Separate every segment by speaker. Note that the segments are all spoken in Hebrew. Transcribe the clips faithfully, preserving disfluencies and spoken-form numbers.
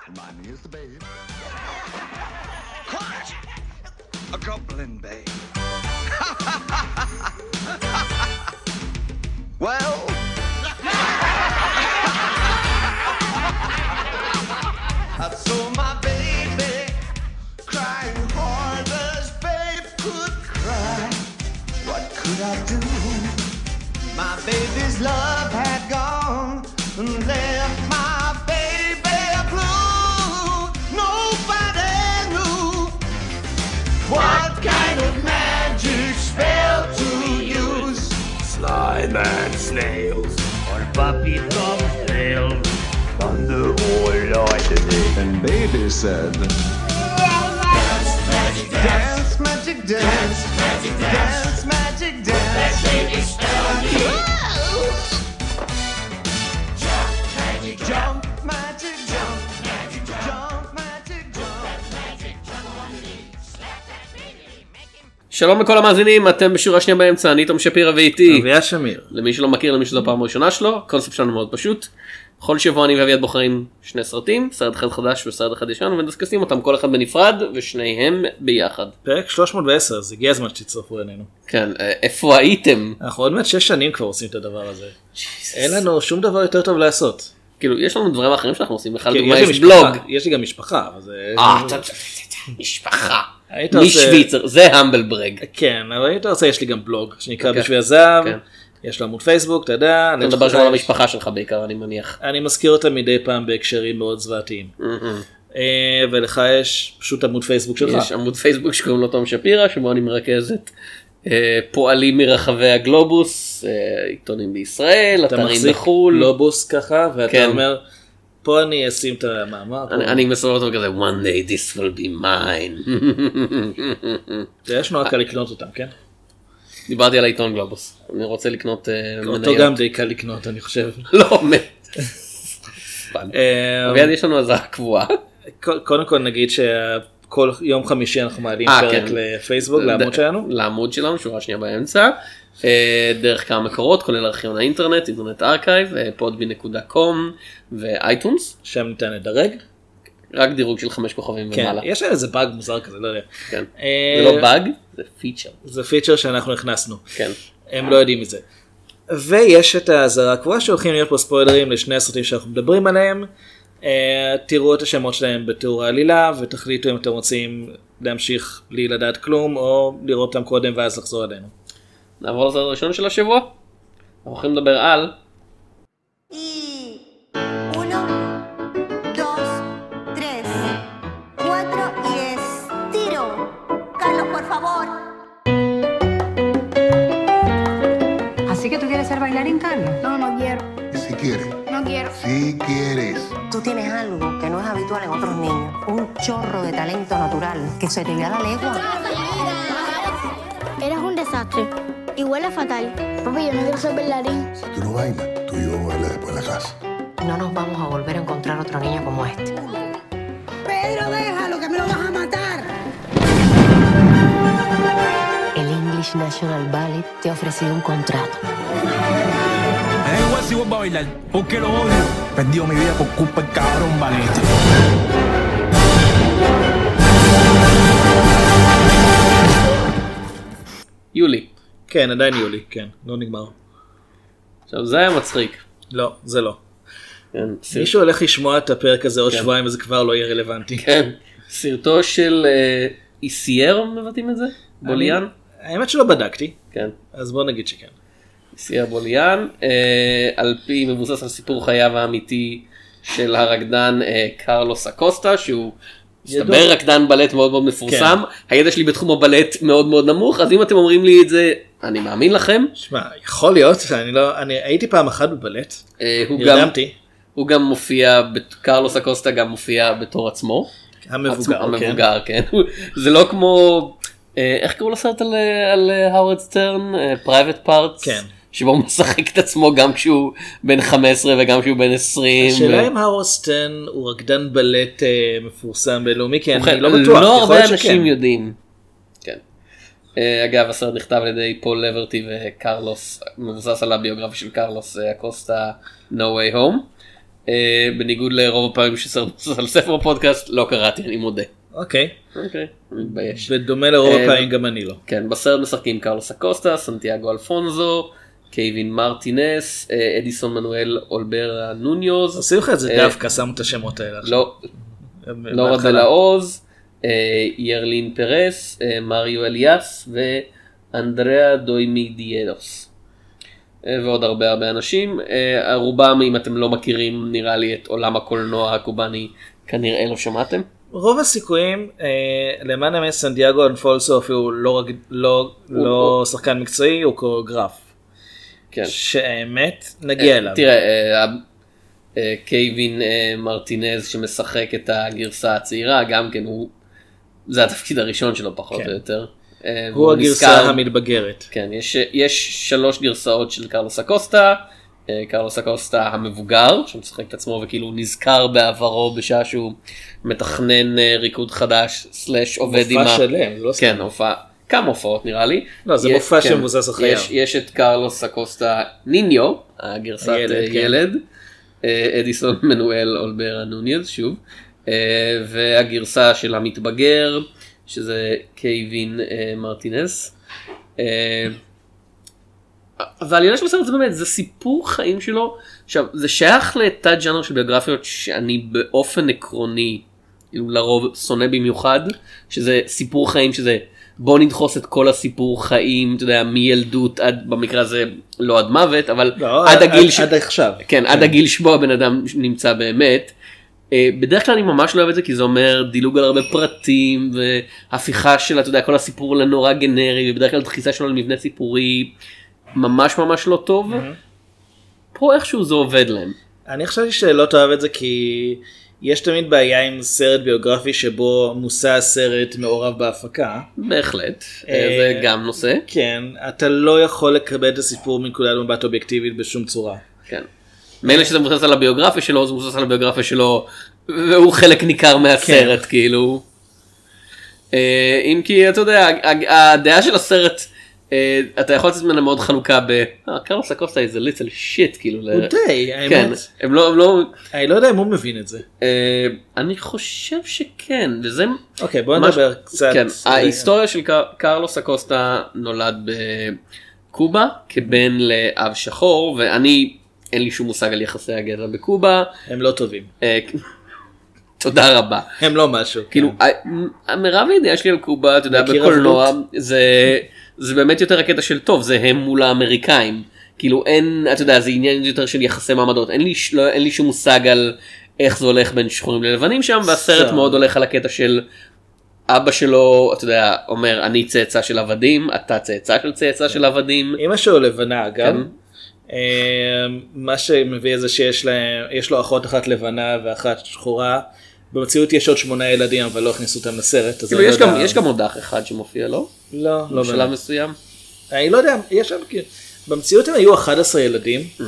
Speaker 1: My name is the babe. What? A goblin babe. Well. I saw my baby crying hard as babe could cry. What could I do? My baby's love had gone and left my baby blue. Nobody knew what kind of magic spell to use. Slime and snails, or puppy dog snails, thunder or lightning. And baby said, dance, magic dance, dance, magic dance, magic dance, magic dance, that baby started. Jump, magic jump, magic jump, magic jump, magic jump, magic jump.
Speaker 2: שלום לכל המאזינים, אתם בשורה שנייה באמצע, אני תום שפירא ואיתי
Speaker 3: אביה שמיר.
Speaker 2: למי שלא מכיר, למי שזו הפעם הראשונה שלו, הקונספט שלנו מאוד פשוט. בכל שבוע אני ואביעד בוחרים שני סרטים, סרט אחד חדש וסרט אחד ישן, ומדסקסים אותם כל אחד בנפרד ושניהם ביחד.
Speaker 3: פרק שלוש מאות ועשר, אז הגיע הזמן שתצטרפו אלינו.
Speaker 2: כן, איפה הייתם?
Speaker 3: אנחנו עוד מעט שש שנים כבר עושים את הדבר הזה. אין לנו שום דבר יותר טוב לעשות.
Speaker 2: כאילו, יש לנו דברים אחרים שאנחנו עושים, בכלל
Speaker 3: כן,
Speaker 2: דוגמה
Speaker 3: יש
Speaker 2: יש
Speaker 3: לי
Speaker 2: בלוג.
Speaker 3: משפחה, יש לי גם משפחה. אז,
Speaker 2: אה, משפחה.
Speaker 3: היית עושה-
Speaker 2: משוויצר, זה המבל ברג.
Speaker 3: כן, אבל היית רוצה, יש לי גם בלוג שנקרא
Speaker 2: אוקיי.
Speaker 3: בשביל הזהב.
Speaker 2: כן.
Speaker 3: יש לו עמוד פייסבוק, אתה יודע.
Speaker 2: אתה מדבר שם על המשפחה שלך בעיקר, אני מניח.
Speaker 3: אני מזכיר אותה מדי פעם בהקשרים מאוד זוועתיים. אה, ולך יש פשוט עמוד פייסבוק שלך.
Speaker 2: יש עמוד פייסבוק שקוראים לו תום שפירא, שבו אני מרכז את אה, פועלים מרחבי הגלובוס, אה, עיתונים בישראל,
Speaker 3: אתה
Speaker 2: אתרים
Speaker 3: מחזיק
Speaker 2: בחול.
Speaker 3: גלובוס ככה, ואתה
Speaker 2: כן.
Speaker 3: אומר, פה אני אשים את המאמר.
Speaker 2: אני, אני מסובב אותו כזה, one day this will be mine.
Speaker 3: יש נורא קל לקנות אותם, כן?
Speaker 2: דיברתי על העיתון גלובוס, אני רוצה לקנות אה,
Speaker 3: אותו
Speaker 2: מניות.
Speaker 3: גם די קל לקנות, אני חושב.
Speaker 2: לא, מת. ספן.
Speaker 3: אה,
Speaker 2: אביעד, יש לנו הזעה קבועה.
Speaker 3: קודם קודם כל נגיד שכל יום חמישי אנחנו מעלים
Speaker 2: אה,
Speaker 3: פרק
Speaker 2: כן.
Speaker 3: לפייסבוק, לעמוד שלנו.
Speaker 2: לעמוד שלנו, שורה שנייה באמצע. אה, דרך כמה מקורות, כולל ארכיון האינטרנט, אינטרנט ארכייב, פודבי נקודה קום ואייטונס.
Speaker 3: שם ניתן לדרג.
Speaker 2: רק דירוג של חמש כוכבים
Speaker 3: כן,
Speaker 2: ומעלה.
Speaker 3: יש איזה באג מוזר כזה, לא יודע.
Speaker 2: כן.
Speaker 3: אה,
Speaker 2: זה לא באג, זה פיצ'ר.
Speaker 3: זה פיצ'ר שאנחנו הכנסנו.
Speaker 2: כן.
Speaker 3: הם לא יודעים את זה. ויש את האזהרה הקבועה שהולכים להיות פה ספוילרים לשני הסרטים שאנחנו מדברים עליהם. אה, תראו את השמות שלהם בתיאור העלילה ותחליטו אם אתם רוצים להמשיך בלי לדעת כלום או לראות אותם קודם ואז לחזור אלינו.
Speaker 2: נעבור לסרט הראשון של השבוע. אנחנו הולכים לדבר על
Speaker 4: Uno, dos, tres, cuatro y estiro. Carlos, por favor.
Speaker 5: Así que tú quieres ser bailarín, Carlos.
Speaker 6: No, no quiero.
Speaker 7: ¿Y si quieres?
Speaker 6: No quiero.
Speaker 7: Si quieres.
Speaker 5: Tú tienes algo que no es habitual en otros niños. Un chorro de talento natural que se te ve a la legua.
Speaker 6: Eres un desastre. Y huele fatal. Papi, yo no quiero ser bailarín.
Speaker 7: Si tú no bailas, tú y yo vamos a bailar después en la casa.
Speaker 5: No nos vamos a volver a encontrar otro niño como este.
Speaker 4: Pedro, déjalo, que me lo vas a matar.
Speaker 5: El English National Ballet te ha ofrecido un contrato.
Speaker 8: Me da igual si vuelvo a bailar, porque lo odio. Perdido mi vida por culpa del cabrón ballet.
Speaker 2: יולי.
Speaker 3: כן, עדיין יולי, כן, לא נגמר.
Speaker 2: עכשיו זה היה מצחיק.
Speaker 3: לא, זה לא.
Speaker 2: כן, סרט-
Speaker 3: מישהו הולך לשמוע את הפרק הזה עוד
Speaker 2: כן.
Speaker 3: שבועיים וזה כבר לא יהיה רלוונטי.
Speaker 2: כן. סרטו של אה, איסייר, מבטאים את זה? בוליאן?
Speaker 3: האמת שלא בדקתי,
Speaker 2: כן.
Speaker 3: אז בוא נגיד שכן.
Speaker 2: איסייר בוליאן, אה, על פי מבוסס על סיפור חייו האמיתי של הרקדן אה, קרלוס אקוסטה, שהוא מסתבר רקדן בלט מאוד מאוד מפורסם. הידע שלי בתחום הבלט מאוד מאוד נמוך, אז אם אתם אומרים לי את זה, אני מאמין לכם.
Speaker 3: שמע, יכול להיות, אני לא, אני הייתי פעם אחת בבלט,
Speaker 2: אה, הוא גם,
Speaker 3: נרדמתי,
Speaker 2: הוא גם מופיע, קרלוס אקוסטה גם מופיע בתור עצמו.
Speaker 3: המבוגר,
Speaker 2: עצמו-
Speaker 3: כן.
Speaker 2: המבוגר, כן. זה לא כמו, אה, איך קראו לסרט על, על האוורד סטרן? פרייבט פארטס?
Speaker 3: כן.
Speaker 2: שבו הוא משחק את עצמו גם כשהוא בן חמש עשרה וגם כשהוא בן עשרים.
Speaker 3: השאלה
Speaker 2: ו-
Speaker 3: אם הרוסטן הוא רקדן בלט אה, מפורסם בינלאומי, כי
Speaker 2: ובכן,
Speaker 3: אני לא בטוח,
Speaker 2: לא
Speaker 3: יכול
Speaker 2: הרבה
Speaker 3: להיות
Speaker 2: אנשים
Speaker 3: שכן.
Speaker 2: יודעים. כן. אה, אגב, הסרט נכתב על ידי פול לברטי וקרלוס, מבוסס על הביוגרפיה של קרלוס אה, אקוסטה, No Way Home. אה, בניגוד לרוב הפעמים שסרט מבוסס על ספר פודקאסט, לא קראתי, אני מודה.
Speaker 3: אוקיי.
Speaker 2: אוקיי, אני מתבייש.
Speaker 3: בדומה לרוב
Speaker 2: אה,
Speaker 3: הפעמים גם אני לא.
Speaker 2: כן, בסרט משחקים קרלוס אקוסטה, סנטיאגו אלפונזו, קייבין מרטינס, אה, אדיסון מנואל אולברה נוניוז.
Speaker 3: עושים לך את זה
Speaker 2: אה,
Speaker 3: דווקא, שמו את השמות האלה עכשיו.
Speaker 2: לא, לורה דה לעוז, אה, ירלין פרס, אה, מריו אליאס ואנדריאה דוימי דיאדוס. אה, ועוד הרבה הרבה אנשים. אה, רובם, אם אתם לא מכירים, נראה לי את עולם הקולנוע הקובאני, כנראה לא שמעתם.
Speaker 3: רוב הסיכויים, אה, למען האמת סנטיאגו אלפונסו אפילו לא, רג... לא, לא שחקן מקצועי, הוא קוריאוגרף.
Speaker 2: כן.
Speaker 3: שהאמת, נגיע
Speaker 2: אה,
Speaker 3: אליו.
Speaker 2: תראה, אה, אה, קייבין אה, מרטינז שמשחק את הגרסה הצעירה, גם כן הוא, זה התפקיד הראשון שלו פחות
Speaker 3: כן.
Speaker 2: או יותר. אה,
Speaker 3: הוא הגרסה
Speaker 2: נזכר,
Speaker 3: המתבגרת.
Speaker 2: כן, יש, יש שלוש גרסאות של קרלוס אקוסטה, אה, קרלוס אקוסטה המבוגר, שמשחק את עצמו וכאילו נזכר בעברו בשעה שהוא מתכנן אה, ריקוד חדש, סלש עובד עם
Speaker 3: מופע
Speaker 2: ה...
Speaker 3: שלם, לא סתם.
Speaker 2: כן, הופעה, כמה הופעות נראה לי.
Speaker 3: לא, זה
Speaker 2: יש-
Speaker 3: מופע
Speaker 2: כן,
Speaker 3: שמבוסס על חייו.
Speaker 2: יש, יש את קרלוס אקוסטה ניניו, הגרסת
Speaker 3: הילד,
Speaker 2: ילד,
Speaker 3: כן.
Speaker 2: ילד אה, אדיסון מנואל אולברה נוניז, שוב, אה, והגרסה של המתבגר, שזה קייבין אה, מרטינס. אה, והעלילה של הסרט זה באמת, זה סיפור חיים שלו. עכשיו, זה שייך לתת ג'אנר של ביוגרפיות שאני באופן עקרוני, כאילו לרוב שונא במיוחד, שזה סיפור חיים שזה, בוא נדחוס את כל הסיפור חיים, אתה יודע, מילדות עד, במקרה הזה לא עד מוות, אבל
Speaker 3: לא,
Speaker 2: עד
Speaker 3: עד,
Speaker 2: הגיל, ש...
Speaker 3: עד עכשיו.
Speaker 2: כן, עד הגיל שבו הבן אדם נמצא באמת. אה, בדרך כלל אני ממש לא אוהב את זה, כי זה אומר דילוג על הרבה פרטים, והפיכה של, אתה יודע, כל הסיפור לנורא גנרי, ובדרך כלל דחיסה שלו על מבנה סיפורי, ממש ממש לא טוב. פה איכשהו זה עובד להם.
Speaker 3: אני חשבתי שלא תאהב את זה כי יש תמיד בעיה עם סרט ביוגרפי שבו מושא הסרט מעורב בהפקה.
Speaker 2: בהחלט,
Speaker 3: אה,
Speaker 2: זה גם נושא.
Speaker 3: כן, אתה לא יכול לקבל את הסיפור מנקודת מבט אובייקטיבית בשום צורה.
Speaker 2: כן. מילא שזה מבוסס על הביוגרפיה שלו, זה מבוסס על הביוגרפיה שלו, והוא חלק ניכר מהסרט, כאילו. אה, אם כי, אתה יודע, הדעה של הסרט, אה, אתה יכול לצאת ממנה מאוד חלוקה ב... אה, קרלוס אקוסטה is a little shit, כאילו.
Speaker 3: הוא די,
Speaker 2: כן,
Speaker 3: האמת.
Speaker 2: הם לא, הם לא...
Speaker 3: אני לא יודע אם הוא מבין את זה.
Speaker 2: אה, אני חושב שכן, וזה...
Speaker 3: אוקיי, בוא
Speaker 2: מש-
Speaker 3: נדבר קצת.
Speaker 2: כן, ההיסטוריה של קר- קרלוס אקוסטה נולד בקובה כבן לאב שחור, ואני אין לי שום מושג על יחסי הגזע בקובה.
Speaker 3: הם לא טובים.
Speaker 2: אה, תודה רבה.
Speaker 3: הם לא משהו.
Speaker 2: כאילו, ה- מרב הידיעה שלי על קובה, אתה יודע,
Speaker 3: מכיר
Speaker 2: בקולנוע,
Speaker 3: אבלות?
Speaker 2: זה זה באמת יותר הקטע של טוב, זה הם מול האמריקאים. כאילו אין, אתה יודע, זה עניין יותר של יחסי מעמדות. אין לי, ש- לא- אין לי שום מושג על איך זה הולך בין שחורים ללבנים שם, והסרט
Speaker 3: שם.
Speaker 2: מאוד הולך על הקטע של אבא שלו, אתה יודע, אומר, אני צאצא של עבדים, אתה צאצא של צאצא של עבדים.
Speaker 3: אמא שלו לבנה
Speaker 2: כן.
Speaker 3: גם. אה, מה שמביא את זה שיש להם, יש לו אחות אחת לבנה ואחת שחורה. במציאות יש עוד שמונה ילדים אבל לא הכניסו אותם לסרט. אז
Speaker 2: כאילו,
Speaker 3: אני
Speaker 2: יש
Speaker 3: לא
Speaker 2: גם,
Speaker 3: יודע-
Speaker 2: יש גם עוד אח אחד שמופיע, לא?
Speaker 3: לא, לא
Speaker 2: בשלב
Speaker 3: באמת.
Speaker 2: מסוים.
Speaker 3: אני לא יודע, יש שם, כאילו- במציאות הם היו אחד עשר ילדים,
Speaker 2: Mm.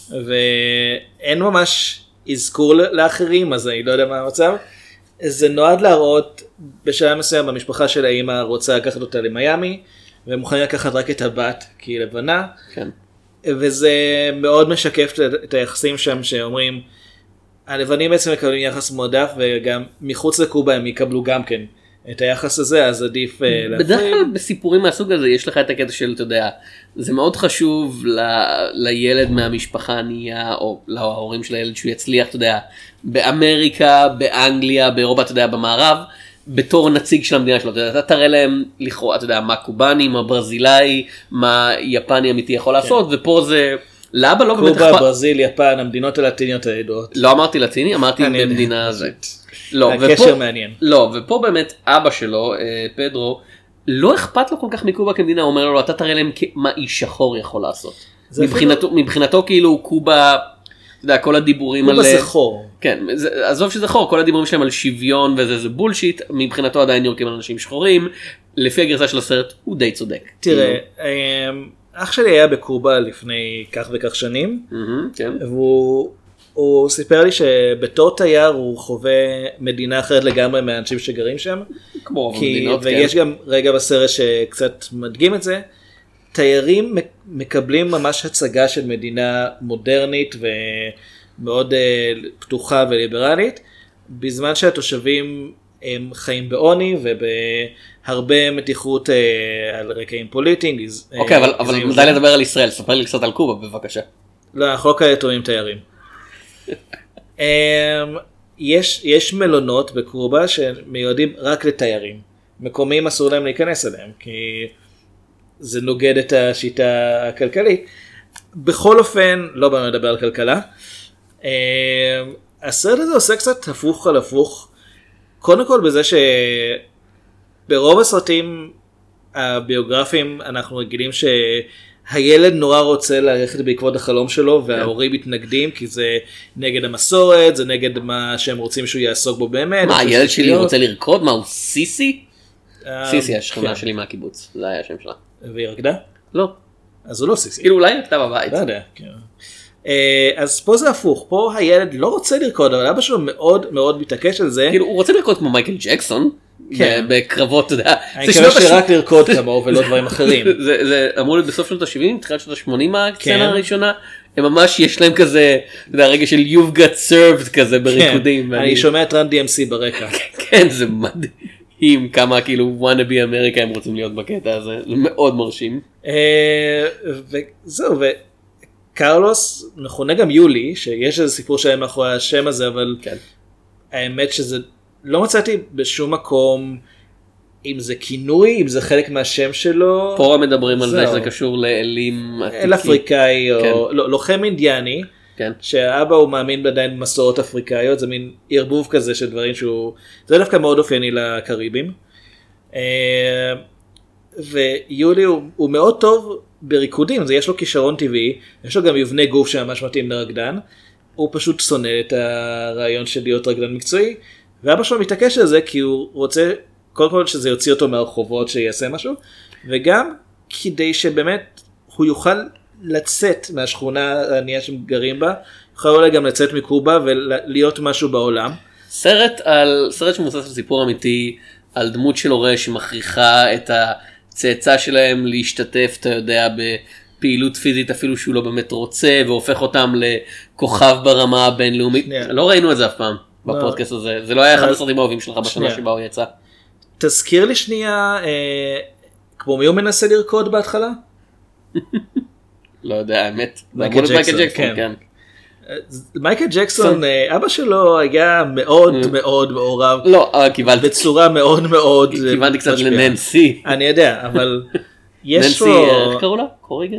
Speaker 3: ואין ממש אזכור לאחרים, אז אני לא יודע מה המצב. זה נועד להראות, בשלב מסוים המשפחה של האמא רוצה לקחת אותה למיאמי, והם מוכנים לקחת רק את הבת, כי היא לבנה,
Speaker 2: כן.
Speaker 3: וזה מאוד משקף את- את היחסים שם, שאומרים, הלבנים בעצם מקבלים יחס מועדף, וגם מחוץ לקובה הם יקבלו גם כן את היחס הזה, אז עדיף אה,
Speaker 2: בדרך
Speaker 3: להפריד.
Speaker 2: כלל בסיפורים מהסוג הזה יש לך את הקטע של, אתה יודע, זה מאוד חשוב ל, לילד מהמשפחה הענייה, או להורים של הילד שהוא יצליח, אתה יודע, באמריקה, באנגליה, באירופה, אתה יודע, במערב, בתור נציג של המדינה שלו. אתה יודע, אתה תראה להם לכאורה, אתה יודע, מה קובאני, מה ברזילאי, מה יפני אמיתי יכול לעשות, ופה זה, לאבא לא באמת
Speaker 3: קובה,
Speaker 2: אכפת.
Speaker 3: ברזיל, יפן, המדינות הלטיניות הידועות.
Speaker 2: לא אמרתי לטיני, אמרתי
Speaker 3: אני יודע.
Speaker 2: במדינה הזאת. לא,
Speaker 3: הקשר
Speaker 2: ופה-
Speaker 3: מעניין.
Speaker 2: לא, ופה באמת אבא שלו, אה, פדרו, לא אכפת לו כל כך מקובה כמדינה, הוא אומר לו, אתה תראה להם כ- מה איש שחור יכול לעשות.
Speaker 3: זה
Speaker 2: מבחינתו, מבחינתו כאילו קובה, אתה יודע, כל הדיבורים על...
Speaker 3: קובה זה חור.
Speaker 2: כן, זה, עזוב שזה חור, כל הדיבורים שלהם על שוויון וזה זה בולשיט, מבחינתו עדיין יורקים על אנשים שחורים, לפי הגרסה של הסרט הוא די צודק.
Speaker 3: תראה, אמ, אח שלי היה בקובה לפני כך וכך שנים,
Speaker 2: מהמם, כן.
Speaker 3: והוא הוא סיפר לי שבתור תייר הוא חווה מדינה אחרת לגמרי מהאנשים שגרים שם,
Speaker 2: כמו רוב
Speaker 3: כי,
Speaker 2: המדינות, כן.
Speaker 3: ויש גם רגע בסרט שקצת מדגים את זה, תיירים מק- מקבלים ממש הצגה של מדינה מודרנית מאוד uh, פתוחה וליברלית, בזמן שהתושבים הם חיים בעוני ובהרבה מתיחות uh, על רקעים פוליטיים.
Speaker 2: אוקיי, אבל, אבל מדי לדבר על ישראל, ספר לי קצת על קובה בבקשה.
Speaker 3: לא, אנחנו לא כאלה טובים תיירים. um, יש, יש מלונות בקובה שמיועדים רק לתיירים. מקומיים אסור להם להיכנס אליהם, כי זה נוגד את השיטה הכלכלית. בכל אופן, לא באנו לדבר על כלכלה. הסרט הזה עושה קצת הפוך על הפוך. קודם כל בזה שברוב הסרטים הביוגרפיים אנחנו רגילים שהילד נורא רוצה ללכת בעקבות החלום שלו, וההורים מתנגדים כי זה נגד המסורת, זה נגד מה שהם רוצים שהוא יעסוק בו באמת.
Speaker 2: מה, הילד שלי רוצה לרקוד? מה, הוא סיסי? סיסי, השכונה שלי מהקיבוץ, זה היה השם שלה.
Speaker 3: והיא רקדה?
Speaker 2: לא.
Speaker 3: אז הוא לא סיסי.
Speaker 2: כאילו אולי רקדה בבית.
Speaker 3: לא יודע, כן. אז פה זה הפוך, פה הילד לא רוצה לרקוד, אבל אבא שלו מאוד מאוד מתעקש על זה.
Speaker 2: כאילו הוא רוצה לרקוד כמו מייקל ג'קסון, בקרבות, אתה יודע.
Speaker 3: אני מקווה שרק לרקוד כמוהו ולא דברים אחרים.
Speaker 2: זה אמור להיות בסוף שנות ה-שבעים, תחילת שנות ה-שמונים הסצנה הראשונה, הם ממש יש להם כזה, אתה יודע, רגע של you've got served כזה בריקודים.
Speaker 3: אני שומע את רן די אם סי ברקע. כן,
Speaker 2: זה מדהים כמה כאילו wanna be America הם רוצים להיות בקטע הזה, זה מאוד מרשים.
Speaker 3: וזהו, וקרלוס מכונה גם יולי, שיש איזה סיפור שלהם מאחורי השם הזה, אבל האמת שזה לא מצאתי בשום מקום אם זה כינוי, אם זה חלק מהשם שלו.
Speaker 2: פה מדברים על זה שזה קשור לאלים עתיקים.
Speaker 3: אל אפריקאי או לוחם אינדיאני, שהאבא הוא מאמין עדיין במסורות אפריקאיות, זה מין ערבוב כזה של דברים שהוא, זה דווקא מאוד אופייני לקריבים. ויולי הוא, הוא מאוד טוב בריקודים, זה יש לו כישרון טבעי, יש לו גם מבנה גוף שממש מתאים לרקדן, הוא פשוט שונא את הרעיון של להיות רקדן מקצועי, ואבא שלו מתעקש על זה כי הוא רוצה קודם כל שזה יוציא אותו מהרחובות שיעשה משהו, וגם כדי שבאמת הוא יוכל לצאת מהשכונה הענייה שהם גרים בה, יוכל אולי גם לצאת מקובה ולהיות משהו בעולם.
Speaker 2: סרט על, סרט שמבוסס על סיפור אמיתי, על דמות של הורה שמכריחה את הצאצא שלהם להשתתף, אתה יודע, בפעילות פיזית אפילו שהוא לא באמת רוצה, והופך אותם לכוכב ברמה הבינלאומית. לא ראינו את זה אף פעם בפודקאסט הזה, זה לא היה אחד הסרטים האהובים שלך בשנה שבה הוא יצא.
Speaker 3: תזכיר לי שנייה, אה, כמו מי הוא מנסה לרקוד בהתחלה?
Speaker 2: לא יודע, האמת.
Speaker 3: מייקל ג'קסון, כן. כן. מייקל ג'קסון, אבא שלו היה מאוד מאוד מעורב.
Speaker 2: לא, קיבלתי.
Speaker 3: בצורה מאוד מאוד.
Speaker 2: קיבלתי קצת לננסי.
Speaker 3: אני יודע, אבל יש לו...
Speaker 2: ננסי, איך קראו לה? קוריגן?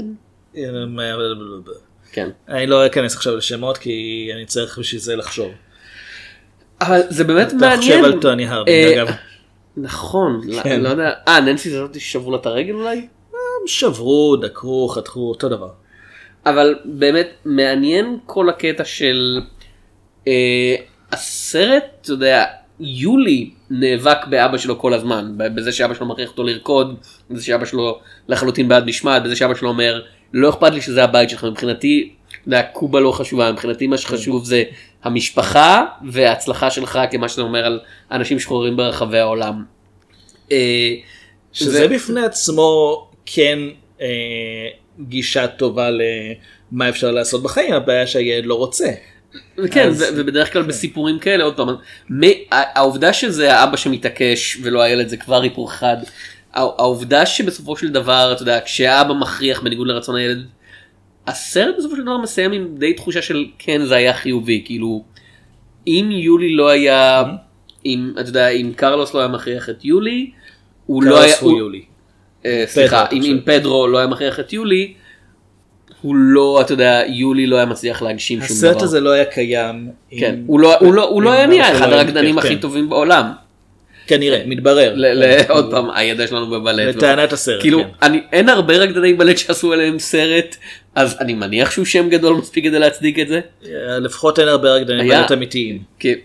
Speaker 3: כן. אני לא אכנס עכשיו לשמות, כי אני צריך בשביל זה לחשוב.
Speaker 2: אבל זה באמת מעניין.
Speaker 3: אתה חושב על טוני הרדינג, אגב.
Speaker 2: נכון, לא יודע. אה, ננסי זאת שברו לה את הרגל אולי?
Speaker 3: שברו, דקרו, חתכו, אותו דבר.
Speaker 2: אבל באמת מעניין כל הקטע של אה, הסרט, אתה יודע, יולי נאבק באבא שלו כל הזמן, בזה שאבא שלו מכריח אותו לרקוד, בזה שאבא שלו לחלוטין בעד משמעת, בזה שאבא שלו אומר, לא אכפת לי שזה הבית שלך, מבחינתי, אתה יודע, קובה לא חשובה, מבחינתי מה שחשוב זה המשפחה וההצלחה שלך, כמה שאתה אומר על אנשים שחורים ברחבי העולם. אה,
Speaker 3: שזה ו... בפני עצמו כן... אה... גישה טובה למה אפשר לעשות בחיים, הבעיה שהילד לא רוצה.
Speaker 2: כן, ובדרך כלל בסיפורים כאלה, עוד פעם, העובדה שזה האבא שמתעקש ולא הילד זה כבר היפוך אחד, העובדה שבסופו של דבר, אתה יודע, כשהאבא מכריח בניגוד לרצון הילד, הסרט בסופו של דבר מסיים עם די תחושה של כן זה היה חיובי, כאילו, אם יולי לא היה, אם, אתה יודע, אם קרלוס לא היה מכריח את יולי, הוא לא היה...
Speaker 3: קרלוס הוא יולי.
Speaker 2: סליחה, אם פדרו לא היה מכריח את יולי, הוא לא, אתה יודע, יולי לא היה מצליח להגשים שום דבר.
Speaker 3: הסרט הזה לא היה קיים.
Speaker 2: כן, הוא לא היה נהיה אחד הרקדנים הכי טובים בעולם.
Speaker 3: כנראה, מתברר.
Speaker 2: עוד פעם, הידע שלנו בבלט.
Speaker 3: לטענת הסרט.
Speaker 2: כאילו, אין הרבה רקדני בלט שעשו עליהם סרט, אז אני מניח שהוא שם גדול מספיק כדי להצדיק את זה.
Speaker 3: לפחות אין הרבה רקדנים בלט אמיתיים.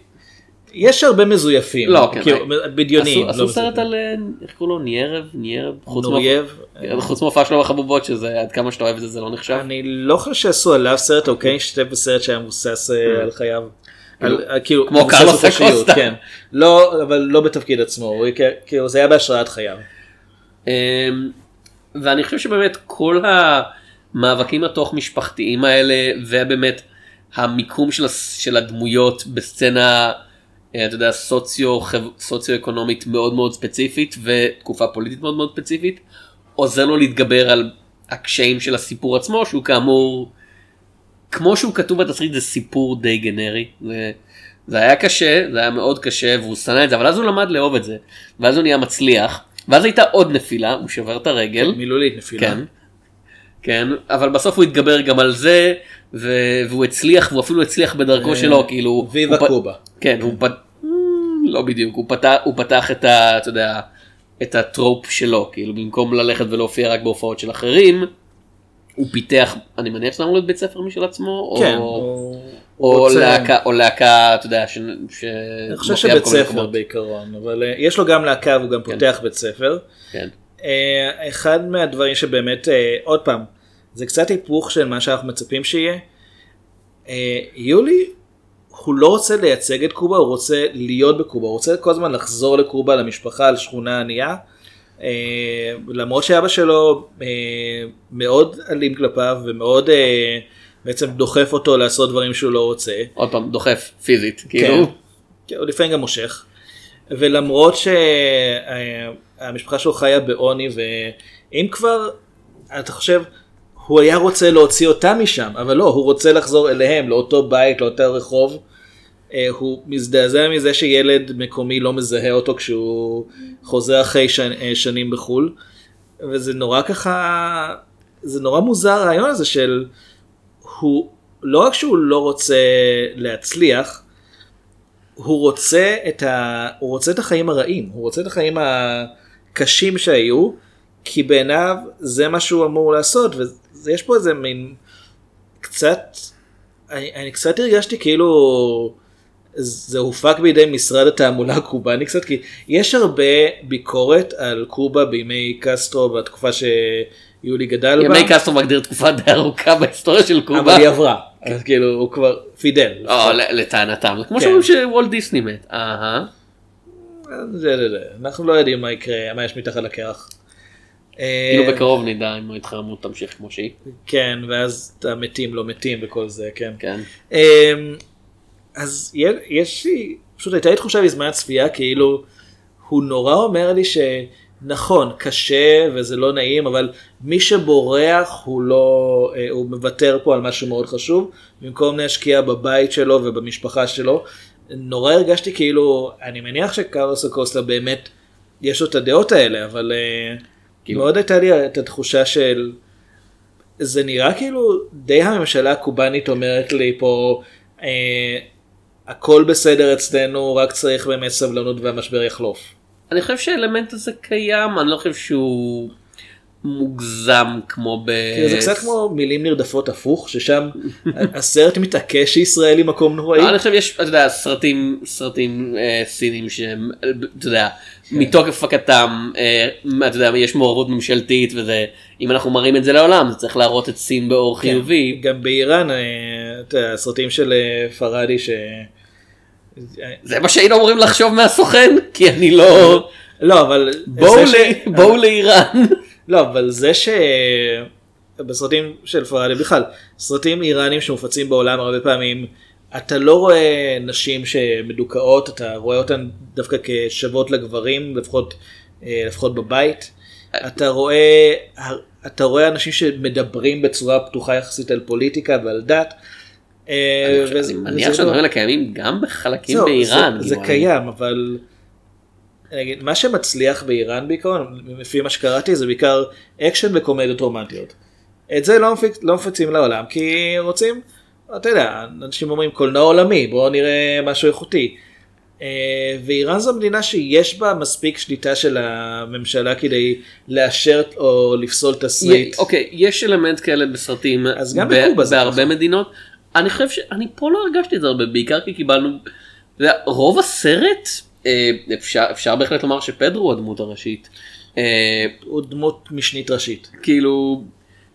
Speaker 3: יש הרבה מזויפים,
Speaker 2: לא, כן,
Speaker 3: בדיונים.
Speaker 2: עשו סרט על, איך קוראים לו, ניירב, ניירב, חוץ מהופעה שלו בחבובות, שזה עד כמה שאתה אוהב את זה, זה לא נחשב.
Speaker 3: אני לא חושב שעשו עליו סרט, או כן השתתף בסרט שהיה מבוסס על חייו.
Speaker 2: כמו קרלוס אקוסטה.
Speaker 3: לא, אבל לא בתפקיד עצמו, כאילו זה היה בהשראת חייו.
Speaker 2: ואני חושב שבאמת כל המאבקים התוך משפחתיים האלה, ובאמת המיקום של, של הדמויות בסצנה, אתה יודע, סוציו, סוציו-אקונומית מאוד מאוד ספציפית, ותקופה פוליטית מאוד מאוד ספציפית, עוזר לו להתגבר על הקשיים של הסיפור עצמו, שהוא כאמור, כמו שהוא כתוב בתסריט, זה סיפור די גנרי. זה, זה היה קשה, זה היה מאוד קשה, והוא שנא את זה, אבל אז הוא למד לאהוב את זה, ואז הוא נהיה מצליח, ואז הייתה עוד נפילה, הוא שבר את הרגל.
Speaker 3: מילולית נפילה.
Speaker 2: כן. כן, אבל בסוף הוא התגבר גם על זה, והוא הצליח, והוא אפילו הצליח בדרכו שלו, כאילו...
Speaker 3: ויבה קובה.
Speaker 2: כן, הוא פתח, לא בדיוק, הוא פתח, הוא פתח את ה, אתה יודע, את הטרופ שלו, כאילו במקום ללכת ולהופיע רק בהופעות של אחרים, הוא פיתח, אני מניח שזה אמור להיות בית ספר משל עצמו,
Speaker 3: כן,
Speaker 2: או להקה, או להקה, אתה יודע, ש...
Speaker 3: אני חושב שבית ספר בעיקרון, אבל יש לו גם להקה, והוא גם פותח בית ספר.
Speaker 2: כן.
Speaker 3: אחד מהדברים שבאמת, עוד פעם, זה קצת היפוך של מה שאנחנו מצפים שיהיה. יולי, הוא לא רוצה לייצג את קובה, הוא רוצה להיות בקובה, הוא רוצה כל הזמן לחזור לקובה, למשפחה, לשכונה ענייה. למרות שאבא שלו מאוד אלים כלפיו, ומאוד בעצם דוחף אותו לעשות דברים שהוא לא רוצה.
Speaker 2: עוד פעם, דוחף פיזית, כאילו.
Speaker 3: כן, הוא לפעמים גם מושך. ולמרות שהמשפחה שלו חיה בעוני, ואם כבר, אתה חושב, הוא היה רוצה להוציא אותם משם, אבל לא, הוא רוצה לחזור אליהם, לאותו בית, לאותו רחוב. הוא מזדעזע מזה שילד מקומי לא מזהה אותו כשהוא חוזר אחרי שנים בחול. וזה נורא ככה, זה נורא מוזר הרעיון הזה של, הוא, לא רק שהוא לא רוצה להצליח, הוא רוצה את ה... הוא רוצה את החיים הרעים, הוא רוצה את החיים הקשים שהיו, כי בעיניו זה מה שהוא אמור לעשות, ויש פה איזה מין קצת, אני, אני קצת הרגשתי כאילו זה הופק בידי משרד התעמולה הקובאני קצת, כי יש הרבה ביקורת על קובה בימי קסטרו בתקופה שיולי גדל בה.
Speaker 2: ימי קסטרו מגדיר תקופה די ארוכה בהיסטוריה של קובה.
Speaker 3: אבל היא עברה, אז כאילו הוא כבר פידל.
Speaker 2: לטענתם, כמו שאומרים שוולט דיסני מת. אהה.
Speaker 3: אנחנו לא יודעים מה יקרה, מה יש מתחת לקרח.
Speaker 2: כאילו בקרוב נדע אם ההתחממות תמשיך כמו שהיא.
Speaker 3: כן, ואז המתים לא מתים וכל זה, כן.
Speaker 2: כן.
Speaker 3: אז יש לי, פשוט הייתה לי תחושה בזמן הצפייה, כאילו הוא נורא אומר לי שנכון, קשה וזה לא נעים, אבל מי שבורח הוא לא, הוא מוותר פה על משהו מאוד חשוב, במקום להשקיע בבית שלו ובמשפחה שלו. נורא הרגשתי כאילו, אני מניח שקרלוס אקוסטה באמת יש לו את הדעות האלה, אבל כאילו... מאוד הייתה לי את התחושה של, זה נראה כאילו די הממשלה הקובנית אומרת לי פה, אה, הכל בסדר אצלנו, רק צריך באמת סבלנות והמשבר יחלוף.
Speaker 2: אני חושב שהאלמנט הזה קיים, אני לא חושב שהוא מוגזם כמו ב...
Speaker 3: זה קצת כמו מילים נרדפות הפוך, ששם הסרט מתעקש שישראל היא מקום נוראי.
Speaker 2: אני חושב יש, אתה יודע, סרטים, סרטים סינים שהם, אתה יודע, מתוקף הפקתם, אתה יודע, יש מעורבות ממשלתית וזה, אם אנחנו מראים את זה לעולם, זה צריך להראות את סין באור חיובי.
Speaker 3: גם באיראן, הסרטים של פראדי ש...
Speaker 2: זה מה שהיינו אמורים לחשוב מהסוכן, כי אני לא...
Speaker 3: לא, אבל...
Speaker 2: בואו לאיראן.
Speaker 3: לא, אבל זה שבסרטים של פראדי בכלל, סרטים איראנים שמופצים בעולם הרבה פעמים, אתה לא רואה נשים שמדוכאות, אתה רואה אותן דווקא כשוות לגברים, לפחות, לפחות בבית. אתה רואה, אתה רואה אנשים שמדברים בצורה פתוחה יחסית על פוליטיקה ועל דת.
Speaker 2: אני מניח שהדברים האלה קיימים גם בחלקים באיראן.
Speaker 3: זה קיים, אבל מה שמצליח באיראן בעיקרון, לפי מה שקראתי, זה בעיקר אקשן וקומדיות רומנטיות. את זה לא מפצים לעולם, כי רוצים, אתה יודע, אנשים אומרים קולנוע עולמי, בואו נראה משהו איכותי. ואיראן זו מדינה שיש בה מספיק שליטה של הממשלה כדי לאשר או לפסול תסריט.
Speaker 2: אוקיי, יש אלמנט כאלה בסרטים בהרבה מדינות. אני חושב שאני פה לא הרגשתי את זה הרבה, בעיקר כי קיבלנו, רוב הסרט, אפשר, אפשר בהחלט לומר שפדרו הוא הדמות הראשית.
Speaker 3: הוא דמות משנית ראשית.
Speaker 2: כאילו,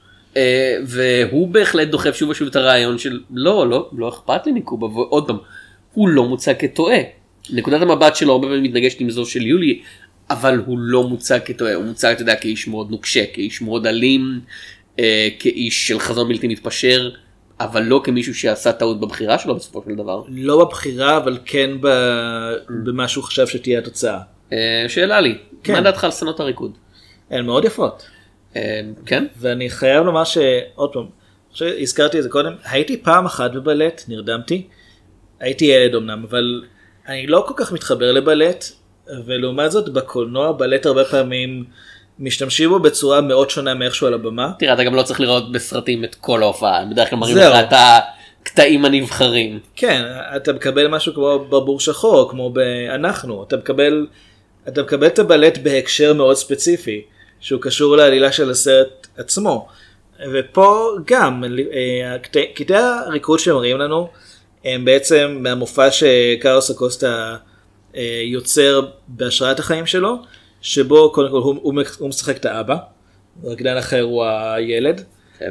Speaker 2: והוא בהחלט דוחף שוב ושוב את הרעיון של, לא, לא, לא אכפת לי מקובה, ועוד פעם, הוא לא מוצג כטועה. נקודת המבט שלו הרבה פעמים מתנגשת עם זו של יולי, אבל הוא לא מוצג כטועה, הוא מוצג, אתה יודע, כאיש מאוד נוקשה, כאיש מאוד אלים, כאיש של חזון בלתי מתפשר, אבל לא כמישהו שעשה טעות בבחירה שלו בסופו של דבר.
Speaker 3: לא בבחירה, אבל כן במה שהוא חשב שתהיה התוצאה.
Speaker 2: שאלה לי, מה דעתך על סצנות הריקוד?
Speaker 3: הן מאוד יפות.
Speaker 2: כן?
Speaker 3: ואני חייב לומר שעוד פעם, הזכרתי את זה קודם, הייתי פעם אחת בבלט, נרדמתי, הייתי ילד אמנם, אבל אני לא כל כך מתחבר לבלט, ולעומת זאת בקולנוע בלט הרבה פעמים משתמשים בו בצורה מאוד שונה מאיכשהו על הבמה.
Speaker 2: תראה, אתה גם לא צריך לראות בסרטים את כל ההופעה, בדרך כלל מראים לך את הקטעים הנבחרים.
Speaker 3: כן, אתה מקבל משהו כמו ברבור שחור, כמו באנחנו, אתה מקבל, אתה מקבל את הבלט בהקשר מאוד ספציפי, שהוא קשור לעלילה של הסרט עצמו. ופה גם, קטעי הריקוד שמראים לנו, הם בעצם מהמופע שקרלוס אקוסטה יוצר בהשראת החיים שלו, שבו קודם כל הוא, הוא, הוא משחק את האבא, רקדן אחר הוא הילד,
Speaker 2: כן.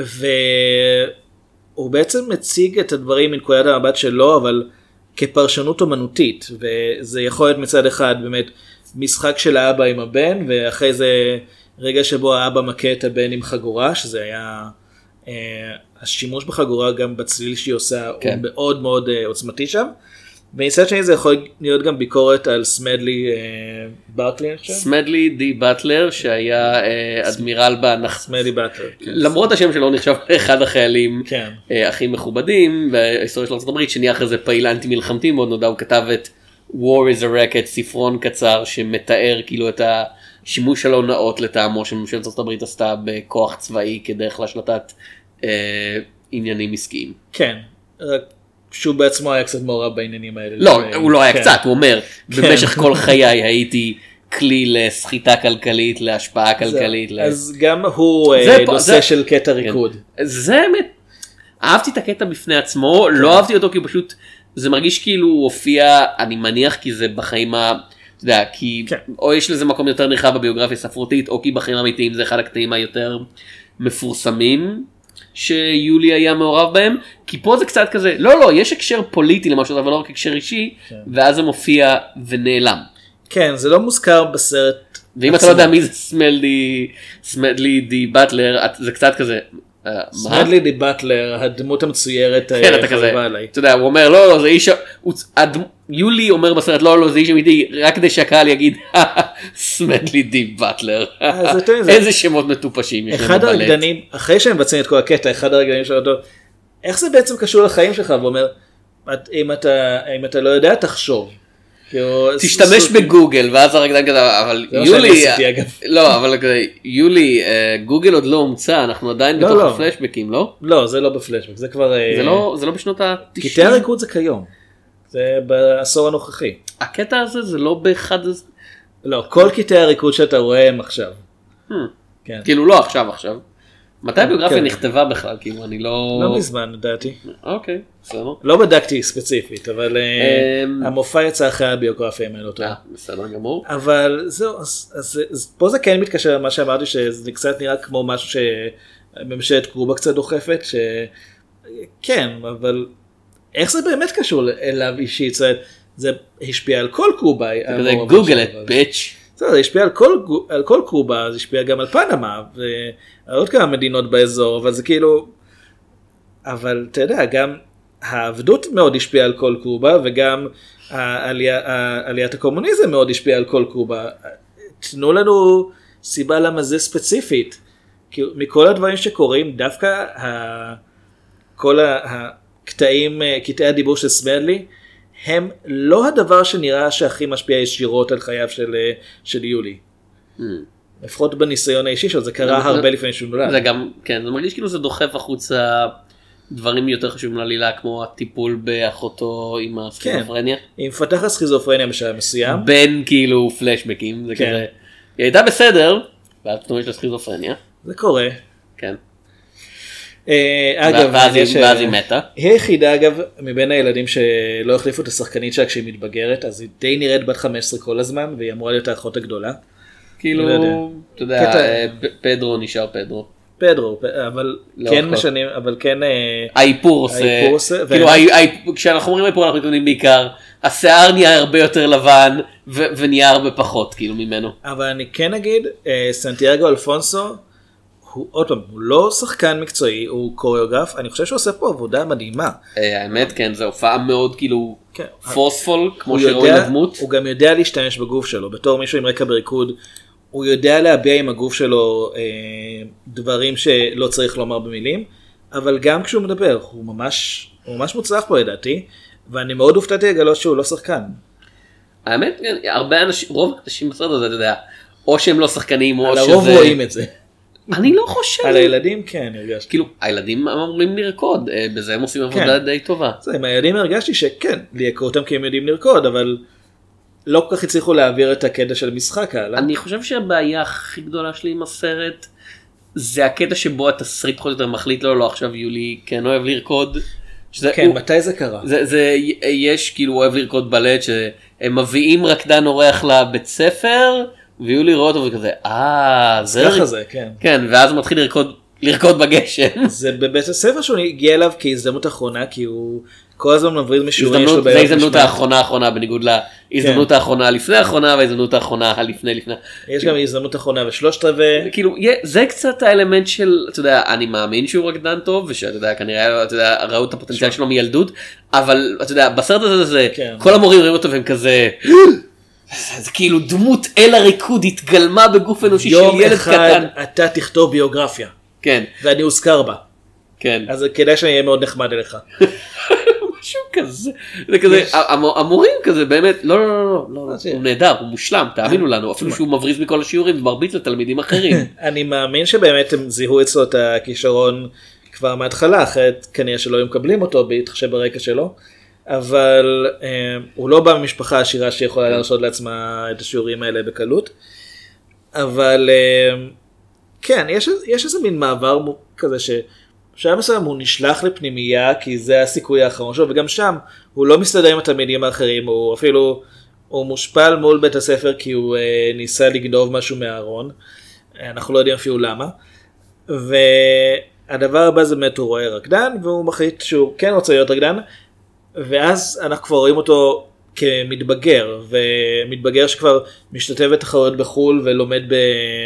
Speaker 3: והוא בעצם מציג את הדברים מנקודת המבט שלו, אבל כפרשנות אומנותית, וזה יכול להיות מצד אחד באמת משחק של האבא עם הבן, ואחרי זה רגע שבו האבא מכה את הבן עם חגורה, שזה היה אה, השימוש בחגורה גם בצליל שהיא עושה, כן. הוא מאוד מאוד אה, עוצמתי שם. ומצד שני זה יכול להיות גם ביקורת על סמדלי אה, ברקלי, אני חושב?
Speaker 2: סמדלי די באטלר, שהיה אה, אדמירל באנח...
Speaker 3: סמדלי באטלר. כן.
Speaker 2: למרות השם שלו נחשב אחד החיילים
Speaker 3: כן.
Speaker 2: אה, הכי מכובדים, בהיסטוריה של ארצות הברית, שנהיה אחרי זה פעיל אנטי מלחמתי מאוד נודע, הוא כתב את War is a Racket, ספרון קצר שמתאר כאילו את השימוש הלא נאות לטעמו שממשלת ארצות הברית עשתה בכוח צבאי כדרך להשלטת אה, עניינים עסקיים.
Speaker 3: כן, רק שהוא בעצמו היה קצת מעורב בעניינים האלה.
Speaker 2: לא, הוא לא היה קצת, הוא אומר, במשך כל חיי הייתי כלי לסחיטה כלכלית, להשפעה כלכלית.
Speaker 3: אז גם הוא נושא של קטע ריקוד.
Speaker 2: זה באמת, אהבתי את הקטע בפני עצמו, לא אהבתי אותו כי הוא פשוט, זה מרגיש כאילו הוא הופיע, אני מניח כי זה בחיים ה... אתה יודע, כי או יש לזה מקום יותר נרחב בביוגרפיה ספרותית, או כי בחיים האמיתיים זה אחד הקטעים היותר מפורסמים. שיולי היה מעורב בהם, כי פה זה קצת כזה, לא לא, יש הקשר פוליטי למשהו, אבל לא רק הקשר אישי, כן. ואז זה מופיע ונעלם.
Speaker 3: כן, זה לא מוזכר בסרט.
Speaker 2: ואם אתה לא יודע מי זה סמדלי, סמדלי די באטלר, זה קצת כזה,
Speaker 3: סמדלי די באטלר, הדמות המצוירת,
Speaker 2: כן, אתה כזה, אתה יודע, הוא אומר, לא לא, זה איש, יולי אומר בסרט, לא לא, זה איש אמיתי, רק כדי שהקהל יגיד, סמדלי די באטלר, איזה שמות מטופשים.
Speaker 3: אחד הרקדנים, אחרי שהם מבצעים את כל הקטע, אחד הרקדנים של אותו, איך זה בעצם קשור לחיים שלך? והוא אומר, אם אתה לא יודע, תחשוב.
Speaker 2: תשתמש בגוגל, ואז הרקדן כזה, אבל יולי, לא, אבל יולי, גוגל עוד לא הומצא, אנחנו עדיין בתוך הפלשבקים, לא?
Speaker 3: לא, זה לא בפלשבק, זה כבר...
Speaker 2: זה לא בשנות ה-תשעים.
Speaker 3: קטעי הריקוד זה כיום, זה בעשור הנוכחי.
Speaker 2: הקטע הזה זה לא באחד...
Speaker 3: לא, כל קטעי הריקוד שאתה רואה הם עכשיו.
Speaker 2: כאילו לא עכשיו עכשיו. מתי הביוגרפיה נכתבה בכלל? כאילו אני לא...
Speaker 3: לא מזמן, לדעתי.
Speaker 2: אוקיי, בסדר.
Speaker 3: לא בדקתי ספציפית, אבל המופע יצא אחרי הביוגרפיה, אם אין אותו.
Speaker 2: בסדר גמור.
Speaker 3: אבל זהו, אז פה זה כן מתקשר למה שאמרתי, שזה קצת נראה כמו משהו שממשלת קובה קצת דוחפת, שכן, אבל איך זה באמת קשור אליו אישית? זה השפיע על כל קובה.
Speaker 2: זה גוגל את ביץ'.
Speaker 3: זה השפיע על כל, על כל קובה, זה השפיע גם על פנמה, ועל עוד כמה מדינות באזור, אבל זה כאילו, אבל אתה יודע, גם העבדות מאוד השפיעה על כל קובה, וגם העלייה, עליית הקומוניזם מאוד השפיעה על כל קובה. תנו לנו סיבה למה זה ספציפית, כי מכל הדברים שקורים, דווקא ה, כל הקטעים, קטעי הדיבור של סמדלי, הם לא הדבר שנראה שהכי משפיע ישירות על חייו של, של יולי. Mm. לפחות בניסיון האישי שלו, זה קרה הרבה לפני שהוא נולד.
Speaker 2: זה גם, כן, זה מרגיש כאילו זה דוחף החוצה דברים יותר חשובים לעלילה, כמו הטיפול באחותו עם הסכיזופרניה.
Speaker 3: כן, היא מפתחת סכיזופרניה בשלב מסוים.
Speaker 2: בין כאילו פלשבקים, זה כן. כזה, היא הייתה בסדר, ואז פתאום יש לה סכיזופרניה.
Speaker 3: זה קורה.
Speaker 2: כן.
Speaker 3: אגב,
Speaker 2: ואז היא מתה.
Speaker 3: היא היחידה אגב מבין הילדים שלא החליפו את השחקנית שלה כשהיא מתבגרת, אז היא די נראית בת חמש עשרה כל הזמן, והיא אמורה להיות האחות הגדולה.
Speaker 2: כאילו, אתה יודע, פדרו נשאר פדרו.
Speaker 3: פדרו, אבל כן משנים, אבל כן...
Speaker 2: האיפור עושה, כאילו כשאנחנו אומרים האיפור אנחנו יודעים בעיקר, השיער נהיה הרבה יותר לבן ונהיה הרבה פחות כאילו ממנו.
Speaker 3: אבל אני כן אגיד, סנטיאגו אלפונסו, הוא עוד פעם, הוא לא שחקן מקצועי, הוא קוריאוגרף, אני חושב שהוא עושה פה עבודה מדהימה.
Speaker 2: האמת כן, זו הופעה מאוד כאילו
Speaker 3: כן.
Speaker 2: פורספול, כמו
Speaker 3: הוא
Speaker 2: שרואים
Speaker 3: יודע-
Speaker 2: לדמות.
Speaker 3: הוא גם יודע להשתמש בגוף שלו, בתור מישהו עם רקע בריקוד, הוא יודע להביע עם הגוף שלו אה, דברים שלא צריך לומר במילים, אבל גם כשהוא מדבר, הוא ממש, הוא ממש מוצלח פה לדעתי, ואני מאוד הופתעתי לגלות שהוא לא שחקן.
Speaker 2: האמת, כן, הרבה אנשים, רוב האנשים בסרט הזה, אתה יודע, או שהם לא שחקנים, או
Speaker 3: על
Speaker 2: שזה...
Speaker 3: הרוב רואים את זה.
Speaker 2: אני לא חושב.
Speaker 3: על הילדים כן, הרגשתי.
Speaker 2: כאילו, הילדים אמורים לרקוד, אה, בזה הם עושים עבודה
Speaker 3: כן.
Speaker 2: די טובה.
Speaker 3: זה, עם הילדים הרגשתי שכן, לייקרו אותם כי הם יודעים לרקוד, אבל לא כל כך הצליחו להעביר את הקטע של משחק הלאה.
Speaker 2: אני חושב שהבעיה הכי גדולה שלי עם הסרט, זה הקטע שבו התסריט פחות או יותר מחליט לו, לא עכשיו יולי כן אוהב לרקוד. שזה,
Speaker 3: כן,
Speaker 2: הוא,
Speaker 3: מתי זה קרה?
Speaker 2: זה, זה, יש כאילו הוא אוהב לרקוד בלט, שהם מביאים רקדן אורח לבית ספר, ויולי רואה אותו וכזה, אה, זה...
Speaker 3: ככה זה, כן.
Speaker 2: כן, ואז הוא מתחיל לרקוד, לרקוד בגשם.
Speaker 3: זה בבית הספר שהוא הגיע אליו כהזדמנות אחרונה, כי הוא כל הזמן מבריז משיעורים שלו.
Speaker 2: הזדמנות, זה
Speaker 3: בעיות
Speaker 2: ההזדמנות
Speaker 3: משמעת.
Speaker 2: האחרונה האחרונה, בניגוד להזדמנות
Speaker 3: כן.
Speaker 2: האחרונה לפני האחרונה, וההזדמנות האחרונה הלפני לפני.
Speaker 3: יש גם הזדמנות אחרונה ושלושת רבעי.
Speaker 2: כאילו זה קצת האלמנט של, אתה יודע, אני מאמין שהוא רקדן טוב ושאתה יודע כנראה אתה יודע, ראו את הפוטנציאל שלו מילדות, אבל אתה יודע בסרט הזה זה
Speaker 3: כן.
Speaker 2: כל המורים רואים אותו והם כזה זה, זה כאילו דמות אל הריקוד התגלמה בגוף אנושי של
Speaker 3: יום
Speaker 2: ילד
Speaker 3: אחד
Speaker 2: קטן.
Speaker 3: אתה תכתוב ביוגרפיה,
Speaker 2: כן,
Speaker 3: ואני אוזכר בה.
Speaker 2: כן.
Speaker 3: אז כדאי שאני אהיה מאוד נחמד אליך.
Speaker 2: משהו כזה, זה כזה, המ- המורים כזה באמת, לא לא לא לא, לא,
Speaker 3: זה?
Speaker 2: הוא נהדר, הוא מושלם, תאמינו לנו, אפילו שהוא מבריז מכל השיעורים ומרביץ לתלמידים אחרים.
Speaker 3: אני מאמין שבאמת הם זיהו אצלו את הכישרון כבר מההתחלה, אחרת כנראה שלא היו מקבלים אותו בהתחשב ברקע שלו, אבל אה, הוא לא בא ממשפחה עשירה שיכולה להרשות לעצמה את השיעורים האלה בקלות, אבל אה, כן, יש, יש איזה מין מעבר מו- כזה ש... בשלב מסוים הוא נשלח לפנימייה כי זה הסיכוי האחרון שלו, וגם שם הוא לא מסתדר עם התלמידים האחרים, הוא אפילו, הוא מושפל מול בית הספר כי הוא אה, ניסה לגנוב משהו מהארון, אנחנו לא יודעים אפילו למה, והדבר הבא זה באמת הוא רואה רקדן, והוא מחליט שהוא כן רוצה להיות רקדן, ואז אנחנו כבר רואים אותו כמתבגר, ומתבגר שכבר משתתף בתחרויות בחול ולומד ב...